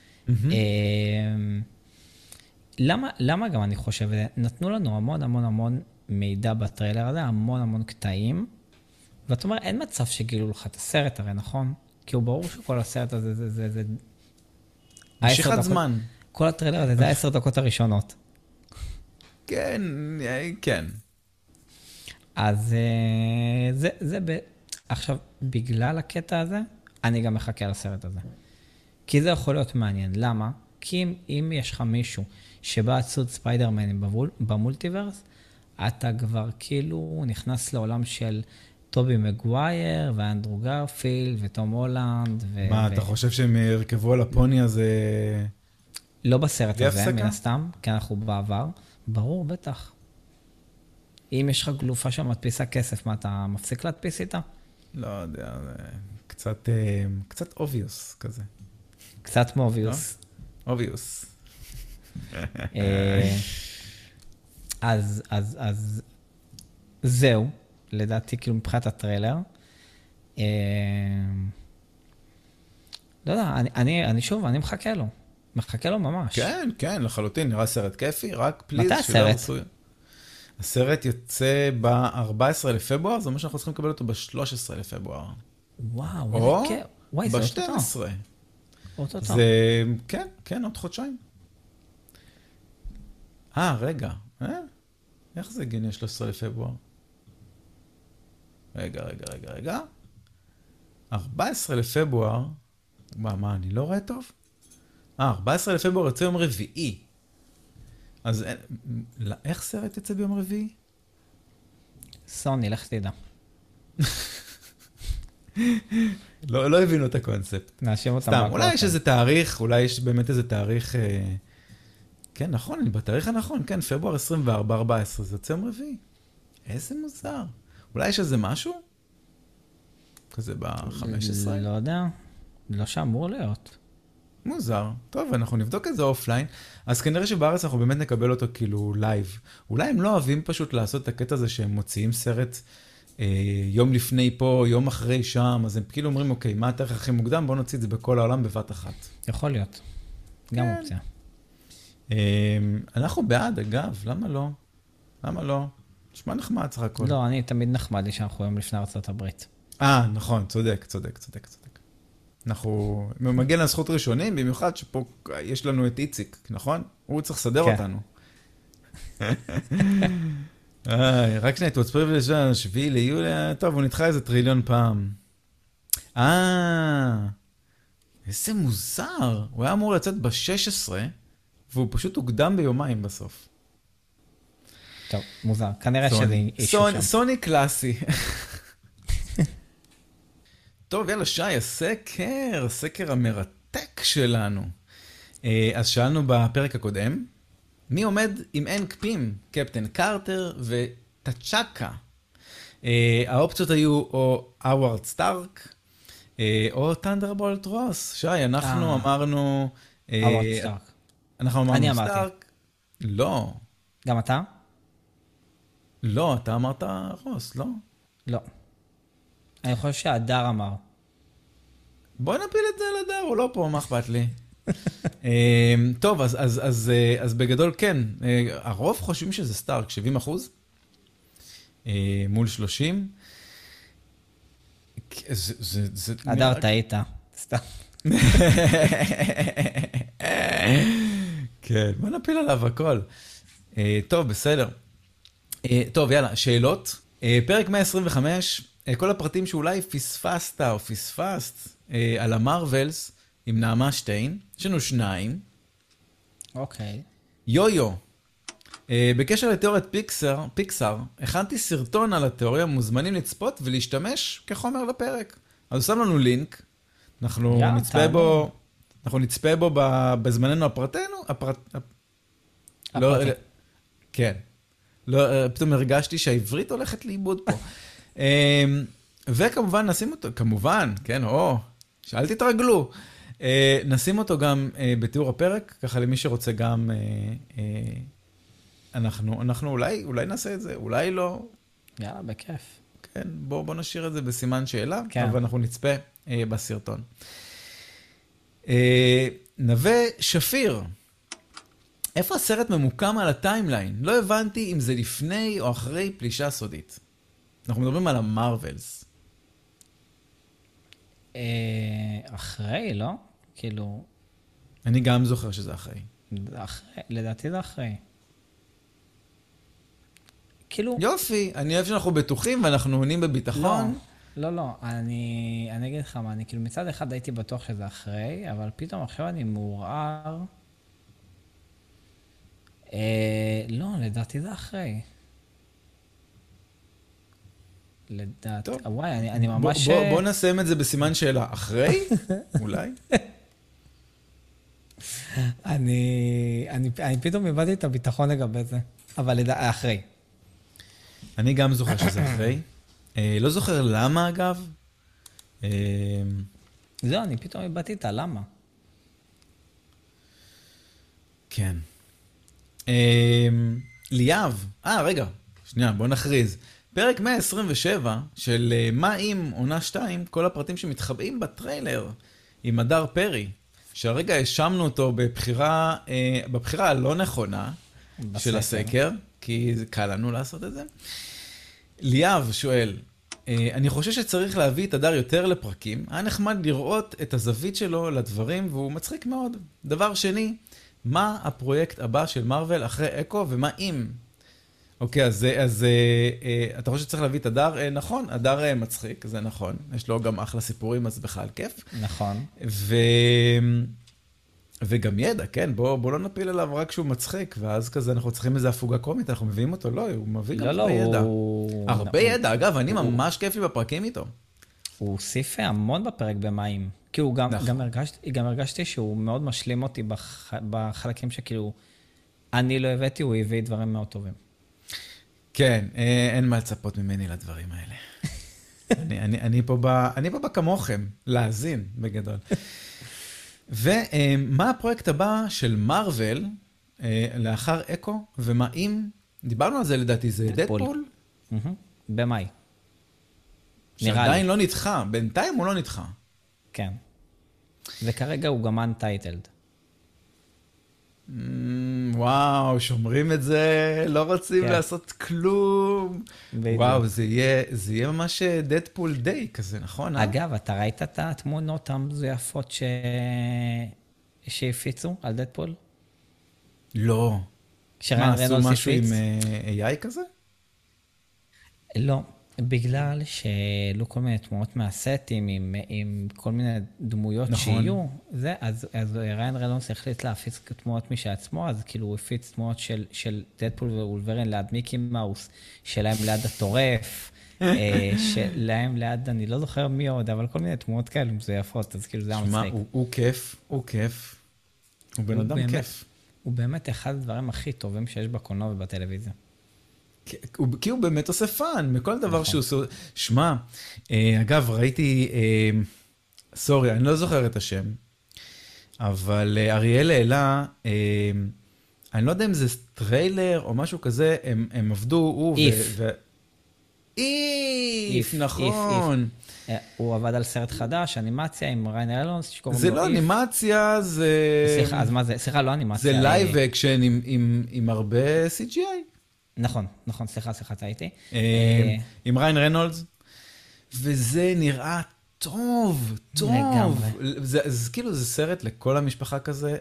S2: למה, למה גם אני חושב, נתנו לנו המון המון המון מידע בטריילר הזה, המון המון קטעים, ואת אומרת, אין מצב שגילו לך את הסרט הרי, נכון? כי הוא ברור שכל הסרט הזה, זה, זה, זה...
S1: משיכת זמן.
S2: כל הטריילר הזה, זה העשר דקות הראשונות.
S1: כן, כן.
S2: אז זה, זה ב... עכשיו, בגלל הקטע הזה, אני גם מחכה לסרט הזה. כי זה יכול להיות מעניין. למה? כי אם, אם יש לך מישהו שבא לצוד ספיידרמנים במול, במולטיברס, אתה כבר כאילו נכנס לעולם של טובי מגווייר, ואנדרו גרפילד, וטום הולנד. ו...
S1: מה,
S2: ו...
S1: אתה חושב שהם ירכבו על הפוני הזה?
S2: לא בסרט הזה, מן הסתם, כי אנחנו בעבר. ברור, בטח. אם יש לך גלופה שמדפיסה כסף, מה, אתה מפסיק להדפיס איתה?
S1: לא יודע, קצת, קצת obvious כזה.
S2: קצת מוביוס.
S1: obvious.
S2: אז, אז, אז, זהו. לדעתי, כאילו מבחינת הטריילר. אה, לא יודע, אני, אני, אני שוב, אני מחכה לו. מחכה לו ממש.
S1: כן, כן, לחלוטין, נראה סרט כיפי, רק פליז.
S2: מתי הסרט?
S1: הסרט יוצא ב-ארבעה עשר לפברואר, זה אומר שאנחנו צריכים לקבל אותו ב-שלושה עשר לפברואר.
S2: וואו,
S1: או
S2: איזה כיף. וואי, זה
S1: ב-שתים
S2: אוטוטו.
S1: עשרה.
S2: אוטוטו.
S1: זה, כן, כן, עוד חודשיים. אה, רגע, אה? איך זה הגיוני שלושה עשר לפברואר? רגע, רגע, רגע, רגע. ארבעה עשר לפברואר, מה, מה, אני לא רואה טוב? אה, ארבעה עשר לפברואר יוצא יום רביעי. אז לא, איך סרט יוצא ביום רביעי?
S2: סוני, לך תדע.
S1: לא, לא הבינו את הקונספט.
S2: נאשים אותם.
S1: סתם, אולי יש איזה תאריך, אולי יש באמת איזה תאריך... אה... כן, נכון, אני בתאריך הנכון, כן, פברואר עשרים וארבע, ארבע עשרה, זה יוצא יום רביעי. איזה מוזר. אולי יש איזה משהו? כזה ב-חמש עשרה?
S2: לא יודע, לא שאמור להיות.
S1: מוזר. טוב, אנחנו נבדוק את זה אופליין. אז כנראה שבארץ אנחנו באמת נקבל אותו כאילו לייב. אולי הם לא אוהבים פשוט לעשות את הקטע הזה שהם מוציאים סרט אה, יום לפני פה, יום אחרי שם, אז הם כאילו אומרים, אוקיי, מה התאריך הכי מוקדם? בואו נוציא את זה בכל העולם בבת אחת.
S2: יכול להיות. גם
S1: כן.
S2: אופציה.
S1: אה, אנחנו בעד, אגב, למה לא? למה לא? נשמע נחמד, צריך הכל.
S2: לא, אני תמיד נחמד לי שאנחנו היום לפני ארצות הברית.
S1: אה, נכון, צודק, צודק, צודק, צודק. אנחנו מגיע לזכות ראשונים, במיוחד שפה יש לנו את איציק, נכון? הוא צריך לסדר
S2: כן.
S1: אותנו. איי, רק שנייה, תוצפרי ולשון, שביעי ליולי, טוב, הוא נדחה איזה טריליון פעם. אה, איזה מוזר. הוא היה אמור לצאת ב-שש עשרה, והוא פשוט הוקדם ביומיים בסוף.
S2: טוב, מוזר. כנראה שזה אישו
S1: סוני,
S2: שם.
S1: סוני קלאסי. טוב, יאללה, שי, הסקר, הסקר המרתק שלנו. אז שאלנו בפרק הקודם, מי עומד עם אין קפים? קפטן קארטר וטצ'קה. האופציות היו או אווארד סטארק, או טנדרבולט רוס. שי, אנחנו אמרנו...
S2: אווארד סטארק.
S1: אנחנו אמרנו
S2: אני
S1: סטארק.
S2: אמרתי.
S1: לא.
S2: גם אתה?
S1: לא, אתה אמרת רוס, לא?
S2: לא. אני חושב שהדר אמר.
S1: בואי נפיל את זה על הדר, הוא לא פה, מה אכפת לי? טוב, אז, אז, אז, אז בגדול כן, הרוב חושבים שזה סטארק, שבעים אחוז, מול שלושים. זה, זה, זה...
S2: הדר טעית. סתם.
S1: כן, בוא נפיל עליו הכל. טוב, בסדר. טוב, יאללה, שאלות. פרק מאה עשרים וחמש, כל הפרטים שאולי פספסת או פספסת על המרוולס עם נעמה שטיין, יש לנו שניים.
S2: אוקיי.
S1: יו-יו, בקשר לתיאוריית פיקסר, פיקסר, הכנתי סרטון על התיאוריה, מוזמנים לצפות ולהשתמש כחומר לפרק. אז הוא שם לנו לינק, אנחנו
S2: יא,
S1: נצפה
S2: תענו.
S1: בו, אנחנו נצפה בו ב- בזמננו הפרטנו, הפרט... לא,
S2: הפרטי.
S1: כן. לא, פתאום הרגשתי שהעברית הולכת לאיבוד פה. אמ, וכמובן נשים אותו, כמובן, כן, או, שאל תתרגלו. אה, נשים אותו גם אה, בתיאור הפרק, ככה למי שרוצה גם, אה, אה, אנחנו, אנחנו אולי, אולי נעשה את זה, אולי לא,
S2: יאללה, בכיף.
S1: כן, בוא, בוא נשאיר את זה בסימן שאלה,
S2: כן.
S1: אבל אנחנו נצפה אה, בסרטון. אה, נווה שפיר, איפה הסרט ממוקם על הטיימליין? לא הבנתי אם זה לפני או אחרי פלישה סודית. אנחנו מדברים על המרוולס.
S2: אה, אחרי, לא? כאילו,
S1: אני גם זוכר שזה אחרי.
S2: אחרי, לדעתי זה אחרי. כאילו...
S1: יופי, אני אוהב שאנחנו בטוחים ואנחנו עונים בביטחון.
S2: לא, לא, לא, אני, אני אגיד לך מה, אני כאילו מצד אחד הייתי בטוח שזה אחרי, אבל פתאום עכשיו אני מעורער. אה, לא, לדעתי זה אחרי. לדעתי,
S1: טוב.
S2: וואי, אני, אני
S1: בוא,
S2: ממש...
S1: בוא, בוא נסיים את זה בסימן שאלה. אחרי? אולי?
S2: אני, אני, אני פתאום איבדתי את הביטחון לגבי זה, אבל לדע, אחרי.
S1: אני גם זוכר שזה אחרי. אה, לא זוכר למה, אגב. אה,
S2: זהו, אני פתאום איבדתי את הלמה.
S1: כן. אה, ליאב. אה, רגע. שנייה, בוא נכריז. פרק מאה עשרים ושבע של אה, מה אם עונה שתיים, כל הפרטים שמתחבאים בטריילר עם הדר פרי, שהרגע האשמנו אותו בבחירה, אה, בבחירה הלא נכונה בסקר. של הסקר, כי זה קל לנו לעשות את זה. ליאב שואל, אני חושב שצריך להביא את הדר יותר לפרקים, היה נחמד לראות את הזווית שלו לדברים, והוא מצחיק מאוד. דבר שני, מה הפרויקט הבא של מארוול אחרי אקו, ומה אם? אוקיי, אז, אז אתה חושב שצריך להביא את הדר? נכון, הדר מצחיק, זה נכון. יש לו גם אחלה סיפורים, אז בכלל כיף.
S2: נכון.
S1: ו... וגם ידע, כן? בוא, בוא לא נפיל עליו רק שהוא מצחיק, ואז כזה אנחנו צריכים איזו הפוגה קומית, אנחנו מביאים אותו, לא, הוא מביא גם
S2: לא,
S1: הרבה
S2: לא,
S1: ידע.
S2: הוא...
S1: הרבה
S2: הוא...
S1: ידע, אגב, אני
S2: הוא...
S1: ממש כיף לי בפרקים איתו.
S2: הוא הוסיף המון בפרק במים, כי הוא גם,
S1: נכון.
S2: גם, הרגשתי, גם הרגשתי שהוא מאוד משלים אותי בח... בחלקים שכאילו, אני לא הבאתי, הוא הביא דברים מאוד טובים.
S1: כן, אין מה לצפות ממני לדברים האלה. אני, אני, אני פה ב, אני פה בכמוכם, להאזין בגדול. ומה הפרויקט הבא של מארוול לאחר אקו, ומה אם, דיברנו על זה לדעתי, זה דדפול?
S2: במאי.
S1: שעדיין לא נדחה, בינתיים הוא לא נדחה.
S2: כן. וכרגע הוא גם untitled.
S1: וואו, שומרים את זה, לא רוצים לעשות כלום. וואו, זה יהיה ממש דדפול דיי כזה, נכון?
S2: אגב, אתה ראית את התמונות המזויפות שהפיצו על דדפול?
S1: לא. מה, עשו משהו עם איי איי כזה?
S2: לא. בגלל שעלו כל מיני תמונות מהסטים עם, עם כל מיני דמויות נכון. שיהיו, זה, אז, אז ריין רנולדס החליט להפיץ תמונות משעצמו, אז כאילו הוא הפיץ תמונות של, של דדפול ואולברין ליד מיקי מאוס, שלהם ליד הטורף, שלהם ליד, אני לא זוכר מי עוד, אבל כל מיני תמונות כאלה מזויפות, אז כאילו זה היה מצחיק.
S1: הוא, הוא כיף, הוא כיף. הוא בן אדם
S2: באמת,
S1: כיף.
S2: הוא באמת אחד הדברים הכי טובים שיש בקולנוע ובטלוויזיה.
S1: כי הוא באמת עושה פאן, מכל דבר שהוא עושה. שמע, אגב, ראיתי, סורי, אני לא זוכר את השם, אבל אריאל העלה, אני לא יודע אם זה טריילר או משהו כזה, הם עבדו, הוא ו... איף, נכון.
S2: הוא עבד על סרט חדש, אנימציה עם ריין רנולדס.
S1: זה לא אנימציה, זה...
S2: סליחה, אז מה זה? סליחה, לא אנימציה.
S1: זה לייב אקשן עם הרבה סי ג'י איי.
S2: נכון, נכון, סליחה, סליחה, טעיתי.
S1: עם ריין רנולדס, וזה נראה טוב, טוב. זה כאילו זה סרט לכל המשפחה כזה,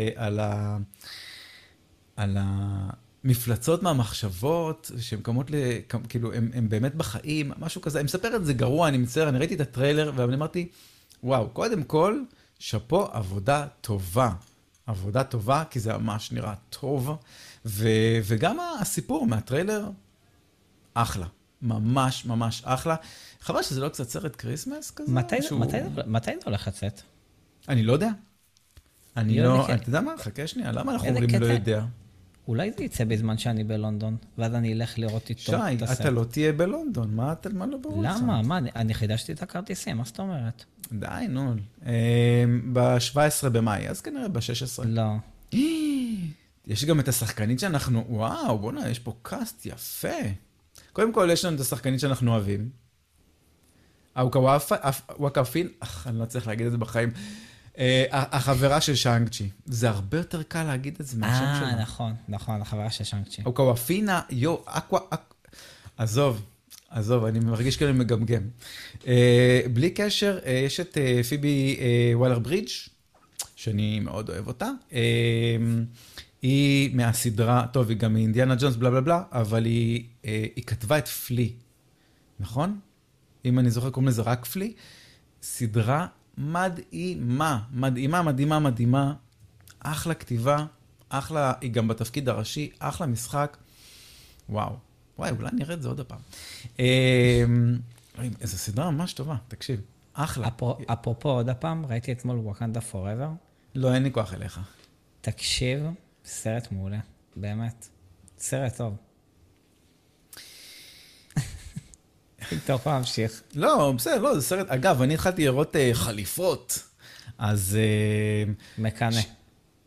S1: על המפלצות מהמחשבות, שהן קמות, כאילו, הן באמת בחיים, משהו כזה. אני מספר את זה גרוע, אני מצטער, אני ראיתי את הטריילר, ואני אמרתי, וואו, קודם כל, שפו עבודה טובה. עבודה טובה, כי זה ממש נראה טוב. ו- וגם הסיפור מהטריילר, אחלה. ממש ממש אחלה. חבל שזה לא קצת סרט קריסמס כזה?
S2: מתי, שהוא... מתי, מתי זה הולך לצאת?
S1: אני לא יודע. אני לא... אתה יודע מה? חכה שנייה. למה אנחנו אומרים לא יודע?
S2: אולי זה יצא בזמן שאני בלונדון, ואז אני אלך לראות איתו
S1: שי, את הסרט. אתה לא תהיה בלונדון. מה אתה מה לא ברור לך?
S2: למה? מה? אני חידשתי את הכרטיסים, מה זאת אומרת?
S1: די, נו. ב-שבעה עשר במאי, אז כנראה ב-שש עשרה.
S2: לא.
S1: יש גם את השחקנית שאנחנו, וואו, בוא נראה, יש פה קאסט יפה. קודם כל, יש לנו את השחקנית שאנחנו אוהבים. הוואקאפין, אני לא צריך להגיד את זה בחיים. החברה של שאנג-צ'י. זה הרבה יותר קל להגיד את זה מהשם שלה.
S2: אה, נכון, נכון, החברה של שאנג-צ'י.
S1: הוואקאפינה, יו, אקווה, עזוב, עזוב, אני מרגיש כאילו מגמגם. בלי קשר, יש את פיבי וואלר ברידג', שאני מאוד אוהב אותה. היא מהסדרה, טוב, היא גם מאינדיאנה ג'ונס, בלה בלה בלה, אבל היא, היא כתבה את פלי, נכון? אם אני זוכר, קוראים לזה רק פלי. סדרה מדהימה, מדהימה, מדהימה, מדהימה. אחלה כתיבה, אחלה, היא גם בתפקיד הראשי, אחלה משחק. וואו, וואי, אולי נראה את זה עוד הפעם. איזו סדרה ממש טובה, תקשיב, אחלה.
S2: אפרופו עוד הפעם, ראיתי אתמול וואקנדה פוראבר.
S1: לא, אין לי כוח אליך.
S2: תקשיב, סרט מעולה, באמת. סרט טוב. טוב, פעם המשיך.
S1: לא, בסדר, לא, זה סרט. אגב, אני התחלתי לראות חליפות, אז...
S2: מקנה.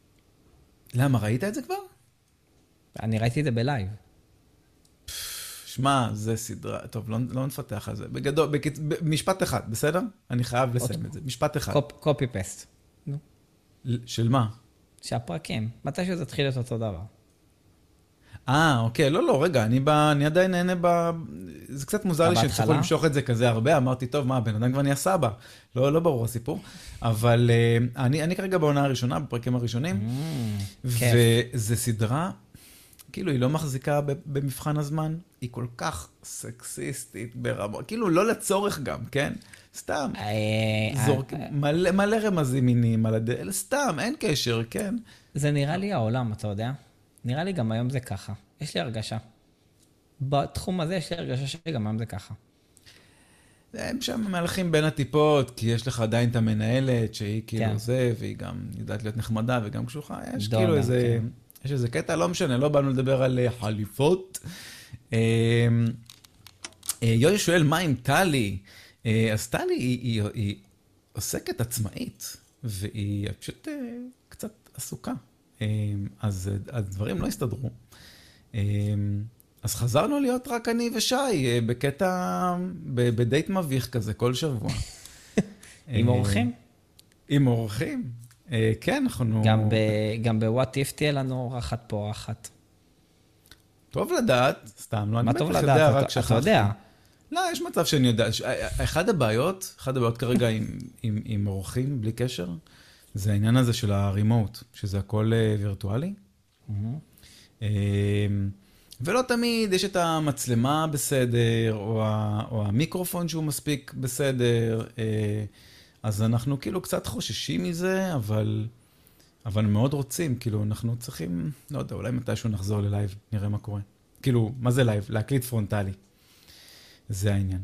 S1: למה, ראית את זה כבר?
S2: אני ראיתי את זה בלייב.
S1: שמע, זה סדרה, טוב, לא, לא נפתח על זה. בגדול, בקצ... במשפט אחד, בסדר? אני חייב לסיים את זה. משפט אחד.
S2: קופי פסט.
S1: של מה?
S2: שהפרקים, מתי שזה התחיל את אותו דבר.
S1: אה, אוקיי, לא, לא, רגע, אני, בא, אני עדיין נהנה ב... זה קצת מוזר לי שצריכו למשוך את זה כזה הרבה, אמרתי, טוב, מה, בן אדם כבר נהיה סבא. לא, לא ברור הסיפור, אבל uh, אני, אני כרגע בעונה הראשונה, בפרקים הראשונים, mm, וזה סדרה, כאילו, היא לא מחזיקה במבחן הזמן, היא כל כך סקסיסטית ברמה, כאילו, לא לצורך גם, כן? סתם. זורק, מלא, מלא רמזים מיניים על הדל, סתם, אין קשר, כן?
S2: זה נראה לי העולם, אתה יודע? נראה לי גם היום זה ככה. יש לי הרגשה. בתחום הזה יש לי הרגשה שגם היום זה ככה.
S1: הם שם מלכים בין הטיפות, כי יש לך עדיין את המנהלת, שהיא כאילו כן. זה, והיא גם יודעת להיות נחמדה וגם קשוחה. יש דומה, כאילו איזה, כן. יש איזה קטע, לא משנה, לא באנו לדבר על חליפות. יואי שואל, מה עם טלי? אז טלי היא, היא, היא עוסקת עצמאית, והיא פשוט קצת עסוקה. אז הדברים לא הסתדרו. אז חזרנו להיות רק אני ושי, בקטע, בדייט מביך כזה, כל שבוע.
S2: עם אורחים?
S1: עם אורחים. כן, אנחנו...
S2: גם בוואט איף תהיה לנו אורחת פה אורחת.
S1: טוב לדעת, סתם, לא,
S2: מה טוב לדעת? אתה יודע.
S1: לא, יש מצב שאני יודע. אחד הבעיות, אחד הבעיות כרגע עם אורחים, בלי קשר, זה העניין הזה של הרימוט, שזה הכל וירטואלי. ולא תמיד יש את המצלמה בסדר, או המיקרופון שהוא מספיק בסדר, אז אנחנו כאילו קצת חוששים מזה, אבל, אבל מאוד רוצים, כאילו אנחנו צריכים, לא יודע, אולי מתישהו נחזור ללייב, נראה מה קורה. כאילו, מה זה לייב? להקליט פרונטלי. זה העניין.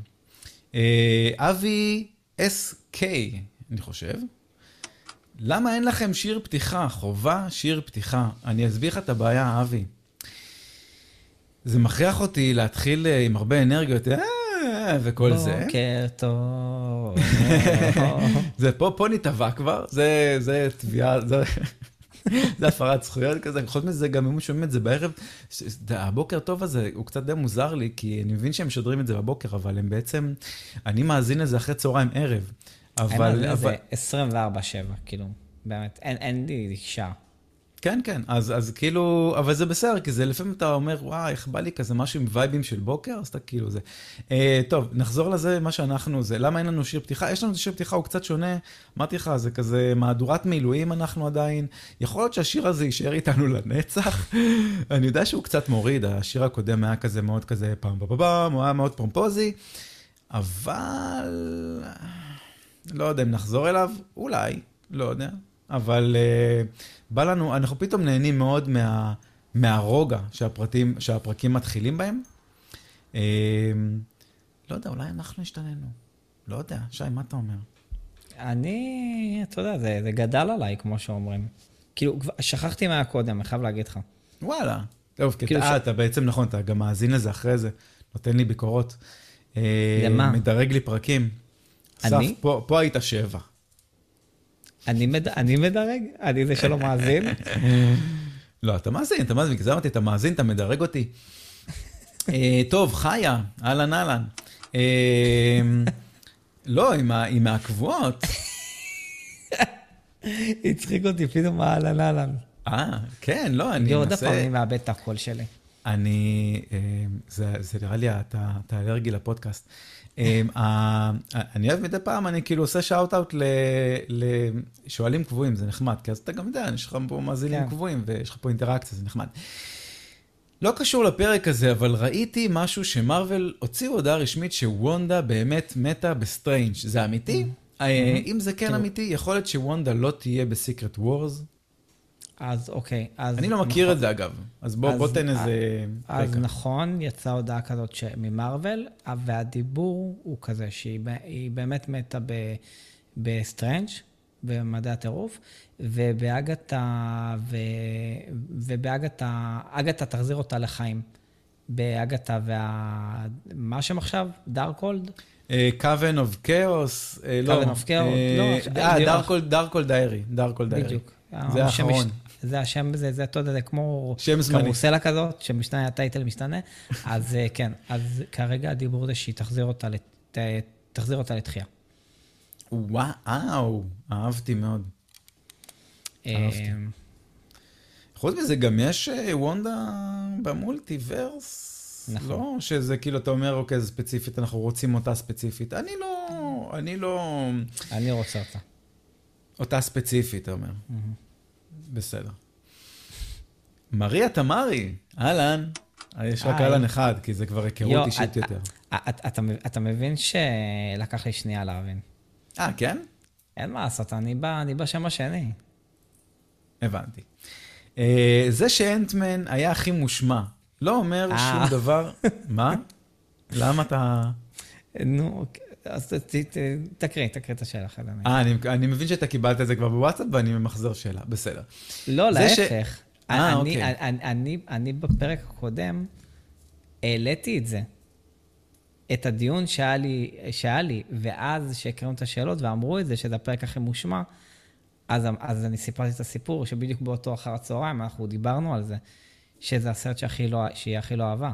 S1: אבי אס קיי, אני חושב. למה אין לכם שיר פתיחה? חובה שיר פתיחה. אני אסביר לך את הבעיה, אבי. זה מכריח אותי להתחיל עם הרבה אנרגיות, וכל זה.
S2: בוקר טוב.
S1: זה פה, פה נתבע כבר, זה, זה תביעה, זה, זה הפרת זכויות כזה. חוץ מזה, גם אם שומעים את זה בערב, הבוקר טוב הזה, הוא קצת די מוזר לי, כי אני מבין שהם משדרים את זה בבוקר, אבל הם בעצם, אני מאזין לזה אחרי צהריים ערב.
S2: אבל... אין זה עשרים וארבע שבע, כאילו, באמת, אין, אין לי שעה.
S1: כן, כן, אז, אז כאילו, אבל זה בסדר, כי זה לפעמים אתה אומר, וואי, איך בא לי כזה משהו עם וייבים של בוקר, אז אתה כאילו זה. אה, טוב, נחזור לזה, מה שאנחנו זה, למה אין לנו שיר פתיחה? יש לנו שיר פתיחה, הוא קצת שונה, אמרתי לך, זה כזה מהדורת מילואים אנחנו עדיין, יכול להיות שהשיר הזה יישאר איתנו לנצח, אני יודע שהוא קצת מוריד, השיר הקודם היה כזה מאוד כזה פעם בפעם, הוא היה מאוד פרומפוזי, אבל... לא יודע אם נחזור אליו, אולי, לא יודע, אבל uh, בא לנו, אנחנו פתאום נהנים מאוד מה, מהרוגע שהפרטים, שהפרקים מתחילים בהם. Uh, לא יודע, אולי אנחנו השתננו. לא יודע, שי, מה אתה אומר?
S2: אני, אתה יודע, זה, זה גדל עליי, כמו שאומרים. כאילו, שכחתי מה קודם, אני חייב להגיד לך.
S1: וואלה. טוב, כי כאילו אתה, ש... אתה בעצם נכון, אתה גם מאזין לזה אחרי זה, נותן לי ביקורות.
S2: למה?
S1: מדרג לי פרקים.
S2: אני?
S1: סף, פה, פה היית שבע.
S2: אני, מד... אני מדרג? אני זה שלא מאזין?
S1: לא, אתה מאזין, אתה מאזין, כי זה אמרתי, אתה מאזין, אתה מדרג אותי. טוב, חיה, אהלן אהלן. לא, עם הקבועות.
S2: הצחיק אותי, פתאום אהלן אהלן.
S1: אה, כן, לא, אני
S2: עוד הפעם אני מאבד את הקול שלי.
S1: אני, זה נראה לי, אתה אלרגי לפודקאסט. אני אוהב מדי פעם, אני כאילו עושה שאוט-אוט לשואלים קבועים, זה נחמד, כי אז אתה גם יודע, יש לך פה מאזינים קבועים, ויש לך פה אינטראקציה, זה נחמד. לא קשור לפרק הזה, אבל ראיתי משהו שמרוול הוציאו הודעה רשמית שוונדה באמת מתה בסטרנג'. זה אמיתי? אם זה כן אמיתי, יכול להיות שוונדה לא תהיה בסיקרט וורז?
S2: אז אוקיי, אז...
S1: אני לא מכיר את זה אגב, אז בוא תן איזה...
S2: אז נכון, יצאה הודעה כזאת ממרוול, והדיבור הוא כזה שהיא באמת מתה בסטרנג' במדעי הטירוף, ובאגתה, ובאגתה, אגתה תחזיר אותה לחיים. באגתה וה... מה השם עכשיו? דארקולד?
S1: קאבן אוף כאוס?
S2: קאבן אוף כאוס, לא.
S1: אה, דארקולד דיירי, דארקולד דיירי.
S2: בדיוק.
S1: זה האחרון.
S2: זה השם, זה, זה, אתה יודע, זה כמו...
S1: שם זמני.
S2: קרוסלה כזאת, שמשתנה, הטייטל משתנה. אז כן, אז כרגע הדיבור זה שהיא תחזיר אותה, לת... תחזיר אותה לתחייה.
S1: וואו, אהבתי מאוד. אהבתי. חוץ מזה, גם יש וונדה במולטיברס. נכון. לא, שזה כאילו, אתה אומר, אוקיי, ספציפית, אנחנו רוצים אותה ספציפית. אני לא, אני לא...
S2: אני רוצה אותה.
S1: אותה ספציפית, אתה אומר. בסדר. מריה תמרי, אהלן. יש רק אהלן אחד, כי זה כבר היכרות אישית יותר.
S2: אתה מבין שלקח לי שנייה להבין.
S1: אה, כן?
S2: אין מה לעשות, אני בשם השני.
S1: הבנתי. זה שאנטמן היה הכי מושמע, לא אומר שום דבר... מה? למה אתה...
S2: נו, אז תקריא, תקריא את השאלה.
S1: אה, אני מבין שאתה קיבלת את זה כבר בוואטסאפ, ואני ממחזר שאלה, בסדר.
S2: לא, להפך. אני בפרק הקודם העליתי את זה, את הדיון שהיה לי, ואז שהקראנו את השאלות ואמרו את זה, שזה הפרק הכי מושמע, אז, אז אני סיפרתי את הסיפור, שבדיוק באותו אחר הצהריים, אנחנו דיברנו על זה, שזה הסרט שהכי לא, שהיא הכי לא אהבה.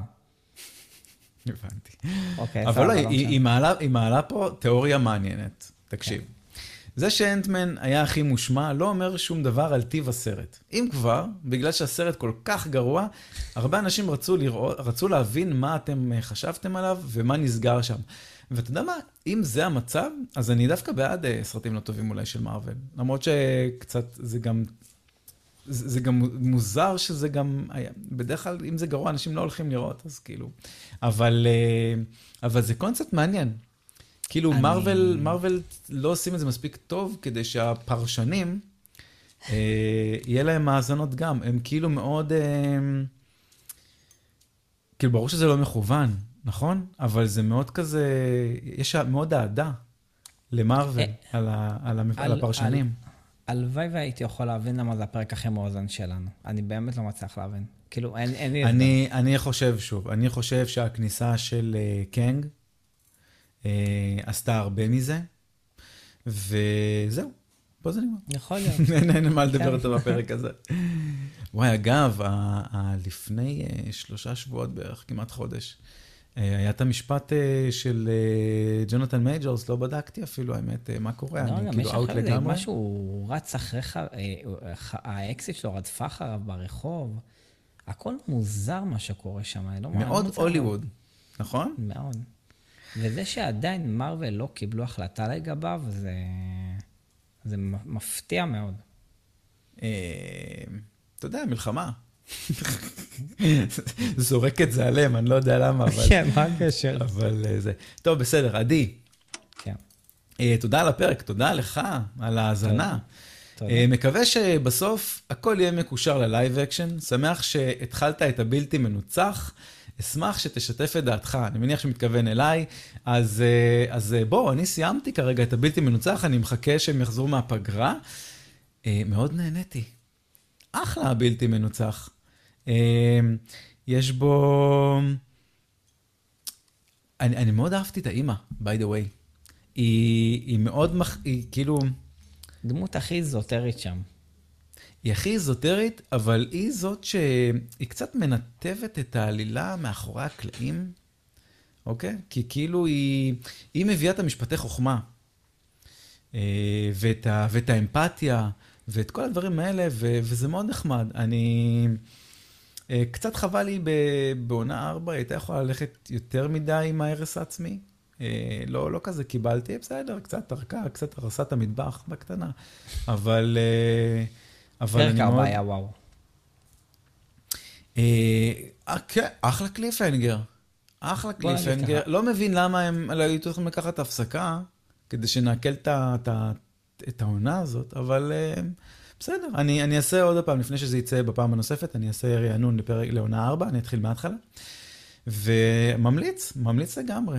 S1: הבנתי.
S2: אוקיי,
S1: אבל לא, היא, היא, מעלה, היא מעלה פה תיאוריה מעניינת. תקשיב. כן. זה שאנטמן היה הכי מושמע, לא אומר שום דבר על טיב הסרט. אם כבר, בגלל שהסרט כל כך גרוע, הרבה אנשים רצו, לראות, רצו להבין מה אתם חשבתם עליו, ומה נסגר שם. ואתה יודע מה, אם זה המצב, אז אני דווקא בעד סרטים לא טובים אולי של מארוול. למרות שקצת זה גם, זה, זה גם מוזר שזה גם, בדרך כלל אם זה גרוע, אנשים לא הולכים לראות, אז כאילו. אבל, אבל זה קונספט מעניין. כאילו אני... מארוול, מארוול לא עושים את זה מספיק טוב, כדי שהפרשנים, אה, יהיה להם מאזנות גם. הם כאילו מאוד, אה, כאילו ברור שזה לא מכוון. נכון? אבל זה מאוד כזה, יש מאוד אהדה למרוול על, על, על הפרשנים.
S2: הלוואי והייתי יכול להבין למה זה הפרק הכי מאוזן שלנו. אני באמת לא מצליח להבין. כאילו, אין, אין לי...
S1: אני, אני חושב שוב, אני חושב שהכניסה של uh, קנג uh, עשתה הרבה מזה, וזהו, פה זה נגמר.
S2: יכול להיות.
S1: אין, אין מה לדבר אותו בפרק הזה. וואי, אגב, ה, ה, לפני uh, שלושה שבועות בערך, כמעט חודש, היה את המשפט של ג'ונתן מייג'ורס, לא בדקתי אפילו, האמת, מה קורה, אני כאילו אאוט לגמרי.
S2: משהו, הוא רץ אחריך, האקסיט שלו רדפה אחריו ברחוב, הכל מוזר מה שקורה שם.
S1: מאוד הוליווד, נכון?
S2: מאוד. וזה שעדיין מארוול לא קיבלו החלטה לגביו, זה מפתיע מאוד.
S1: אתה יודע, מלחמה. זורק את זה עליהם, אני לא יודע למה, אבל...
S2: כן, מה הקשר?
S1: אבל זה... טוב, בסדר, עדי.
S2: כן.
S1: תודה על הפרק, תודה לך על ההאזנה. מקווה שבסוף הכל יהיה מקושר ללייב אקשן. שמח שהתחלת את הבלתי מנוצח. אשמח שתשתף את דעתך. אני מניח שמתכוון אליי. אז, אז בוא, אני סיימתי כרגע את הבלתי מנוצח. אני מחכה שהם יחזרו מהפגרה. מאוד נהניתי. אחלה הבלתי מנוצח. יש בו... אני, אני מאוד אהבתי את האמא, by the way. היא, היא מאוד, מח... היא כאילו...
S2: דמות הכי איזוטרית שם.
S1: היא הכי איזוטרית, אבל היא זאת שהיא קצת מנתבת את העלילה מאחורי הקלעים, אוקיי? כי כאילו היא, היא מביאה את המשפטי חוכמה, ואת, ה... ואת האמפתיה, ואת כל הדברים האלה, ו... וזה מאוד נחמד. אני... קצת חבל לי בעונה ארבע, הייתה יכולה ללכת יותר מדי עם ההרס העצמי. לא, לא כזה קיבלתי, בסדר, קצת תרקה, קצת הרסה את המטבח בקטנה. אבל, אבל אני מאוד...
S2: פרק ארבע היה וואו.
S1: כן, אחלה קליפהנגר. אחלה קליפהנגר. לא מבין למה הם היו צריכים לקחת הפסקה, כדי שנעכל את העונה הזאת, אבל... בסדר, אני, אני אעשה עוד פעם, לפני שזה יצא בפעם הנוספת, אני אעשה רענון לפרק לעונה ארבע, אני אתחיל מההתחלה, וממליץ, ממליץ לגמרי.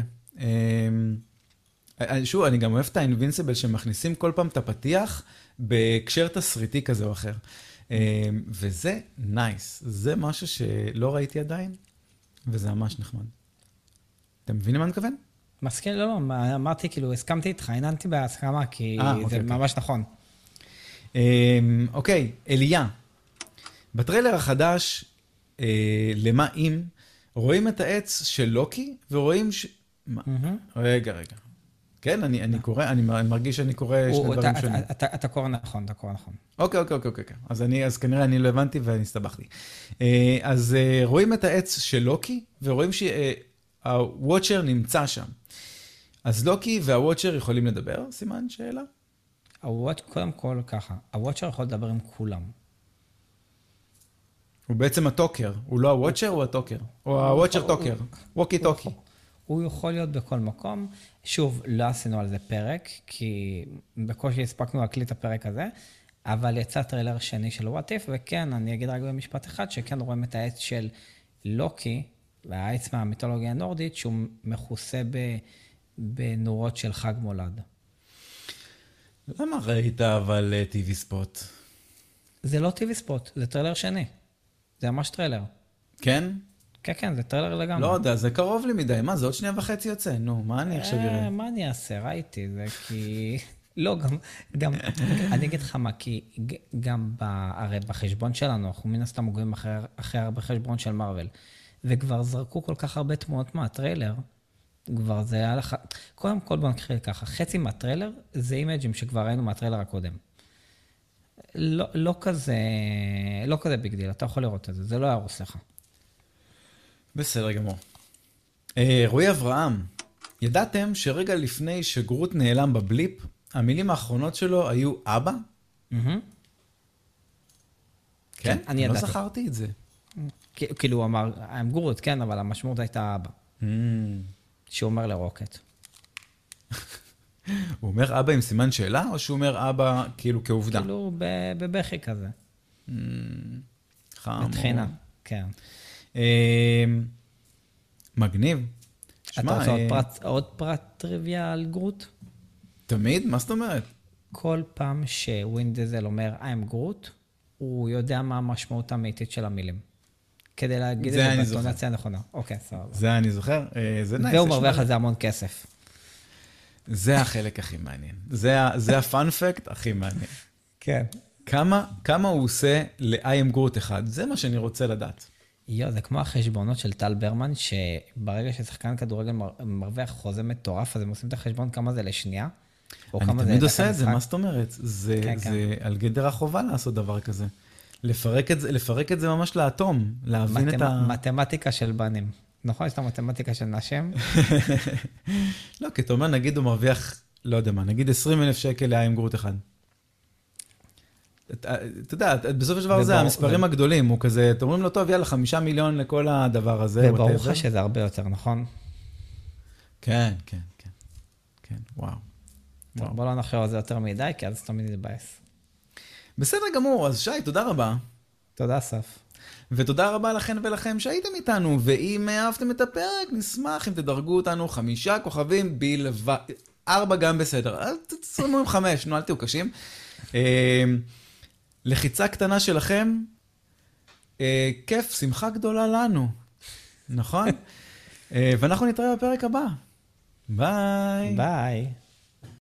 S1: שוב, אני גם אוהב את האינבינסיבל שמכניסים כל פעם את הפתיח, בהקשר תסריטי כזה או אחר. וזה נייס, זה משהו שלא ראיתי עדיין, וזה ממש נחמד. אתם מבינים מה אני מתכוון?
S2: מסכים, לא, לא, אמרתי, כאילו, הסכמתי איתך, עיננתי בהסכמה, כי זה ממש נכון.
S1: אוקיי, אליה. בטריילר החדש, אה, למה אם, רואים את העץ של לוקי, ורואים ש... מה? רגע, רגע. כן, אני, אני קורא, אני מרגיש שאני קורא שני דברים
S2: אתה,
S1: שונים.
S2: אתה, אתה, אתה קורא נכון, אתה קורא נכון.
S1: אוקיי, אוקיי, אוקיי, אוקיי. אז אני, אז כנראה אני לא הבנתי ואני הסתבכתי. אה, אז אה, רואים את העץ של לוקי, ורואים שהוואצ'ר נמצא שם. אז לוקי והוואצ'ר יכולים לדבר? סימן שאלה?
S2: הוואט, קודם כל ככה, הוואצ'ר יכול לדבר עם כולם.
S1: הוא בעצם הטוקר, הוא לא הוואצ'ר, הוא הטוקר. או הוואצ'ר טוקר, ווקי טוקי.
S2: הוא יכול להיות בכל מקום. שוב, לא עשינו על זה פרק, כי בקושי הספקנו להקליט את הפרק הזה, אבל יצא טריילר שני של What If, וכן, אני אגיד רק במשפט אחד, שכן רואים את העץ של לוקי, והעץ מהמיתולוגיה הנורדית, שהוא מכוסה בנורות של חג מולד.
S1: למה ראית אבל טיווי ספוט?
S2: זה לא טיווי ספוט, זה טריילר שני. זה ממש טריילר.
S1: כן?
S2: כן, כן, זה טריילר לגמרי.
S1: לא יודע, זה קרוב לי מדי. מה, זה עוד שנייה וחצי יוצא? נו, מה אני עכשיו אראה?
S2: מה אני אעשה? ראיתי, זה כי... לא, גם, גם, אני אגיד לך מה, כי גם הרי בחשבון שלנו, אנחנו מן הסתם מוגעים אחרי הרבה חשבון של מרוול, וכבר זרקו כל כך הרבה תמונות מהטריילר, כבר זה היה לך... קודם כל בוא נקריא ככה, חצי מהטריילר זה אימג'ים שכבר ראינו מהטריילר הקודם. לא, לא כזה, לא כזה ביג דיל, אתה יכול לראות את זה, זה לא ירוס לך.
S1: בסדר גמור. אה, רועי אברהם, ידעתם שרגע לפני שגרוט נעלם בבליפ, המילים האחרונות שלו היו אבא? כן, אני ידעתי. לא זכרתי את זה.
S2: כאילו הוא אמר, I'm גרוט, כן, אבל המשמעות הייתה אבא. שהוא אומר לרוקט.
S1: הוא אומר אבא עם סימן שאלה, או שהוא אומר אבא כאילו כעובדה?
S2: כאילו בבכי כזה.
S1: חמור.
S2: בתחינה, כן.
S1: מגניב.
S2: אתה רוצה עוד פרט טריוויה על גרוט?
S1: תמיד? מה זאת אומרת?
S2: כל פעם שווין דיזל אומר I'm גרוט, הוא יודע מה המשמעות האמיתית של המילים. כדי להגיד את זה בטונציה הנכונה. אוקיי, סבבה.
S1: זה אני זוכר. זה נייס.
S2: והוא מרוויח על זה המון כסף.
S1: זה החלק הכי מעניין. זה הפאנפקט הכי מעניין.
S2: כן.
S1: כמה הוא עושה ל-I am גרוט אחד? זה מה שאני רוצה לדעת.
S2: יו, זה כמו החשבונות של טל ברמן, שברגע ששחקן כדורגל מרוויח חוזה מטורף, אז הם עושים את החשבון כמה זה לשנייה.
S1: אני תמיד עושה את זה, מה זאת אומרת? זה על גדר החובה לעשות דבר כזה. לפרק את זה ממש לאטום, להבין את ה...
S2: מתמטיקה של בנים. נכון, יש את המתמטיקה של נשים?
S1: לא, כי אתה אומר, נגיד הוא מרוויח, לא יודע מה, נגיד עשרים אלף שקל ל-I am גרוט אחד. אתה יודע, בסוף של דבר זה המספרים הגדולים, הוא כזה, אתם אומרים לו, טוב, יאללה, חמישה מיליון לכל הדבר הזה.
S2: וברוך שזה הרבה יותר, נכון?
S1: כן, כן, כן. כן, וואו.
S2: בוא לא נחשוב על זה יותר מדי, כי אז תמיד נתבאס.
S1: בסדר גמור, אז שי, תודה רבה.
S2: תודה, אסף.
S1: ותודה רבה לכן ולכם שהייתם איתנו, ואם אהבתם את הפרק, נשמח אם תדרגו אותנו חמישה כוכבים בלבד, ארבע גם בסדר, אל תצרמו עם חמש, נו, אל תהיו קשים. לחיצה קטנה שלכם, כיף, שמחה גדולה לנו, נכון? ואנחנו נתראה בפרק הבא. ביי.
S2: ביי.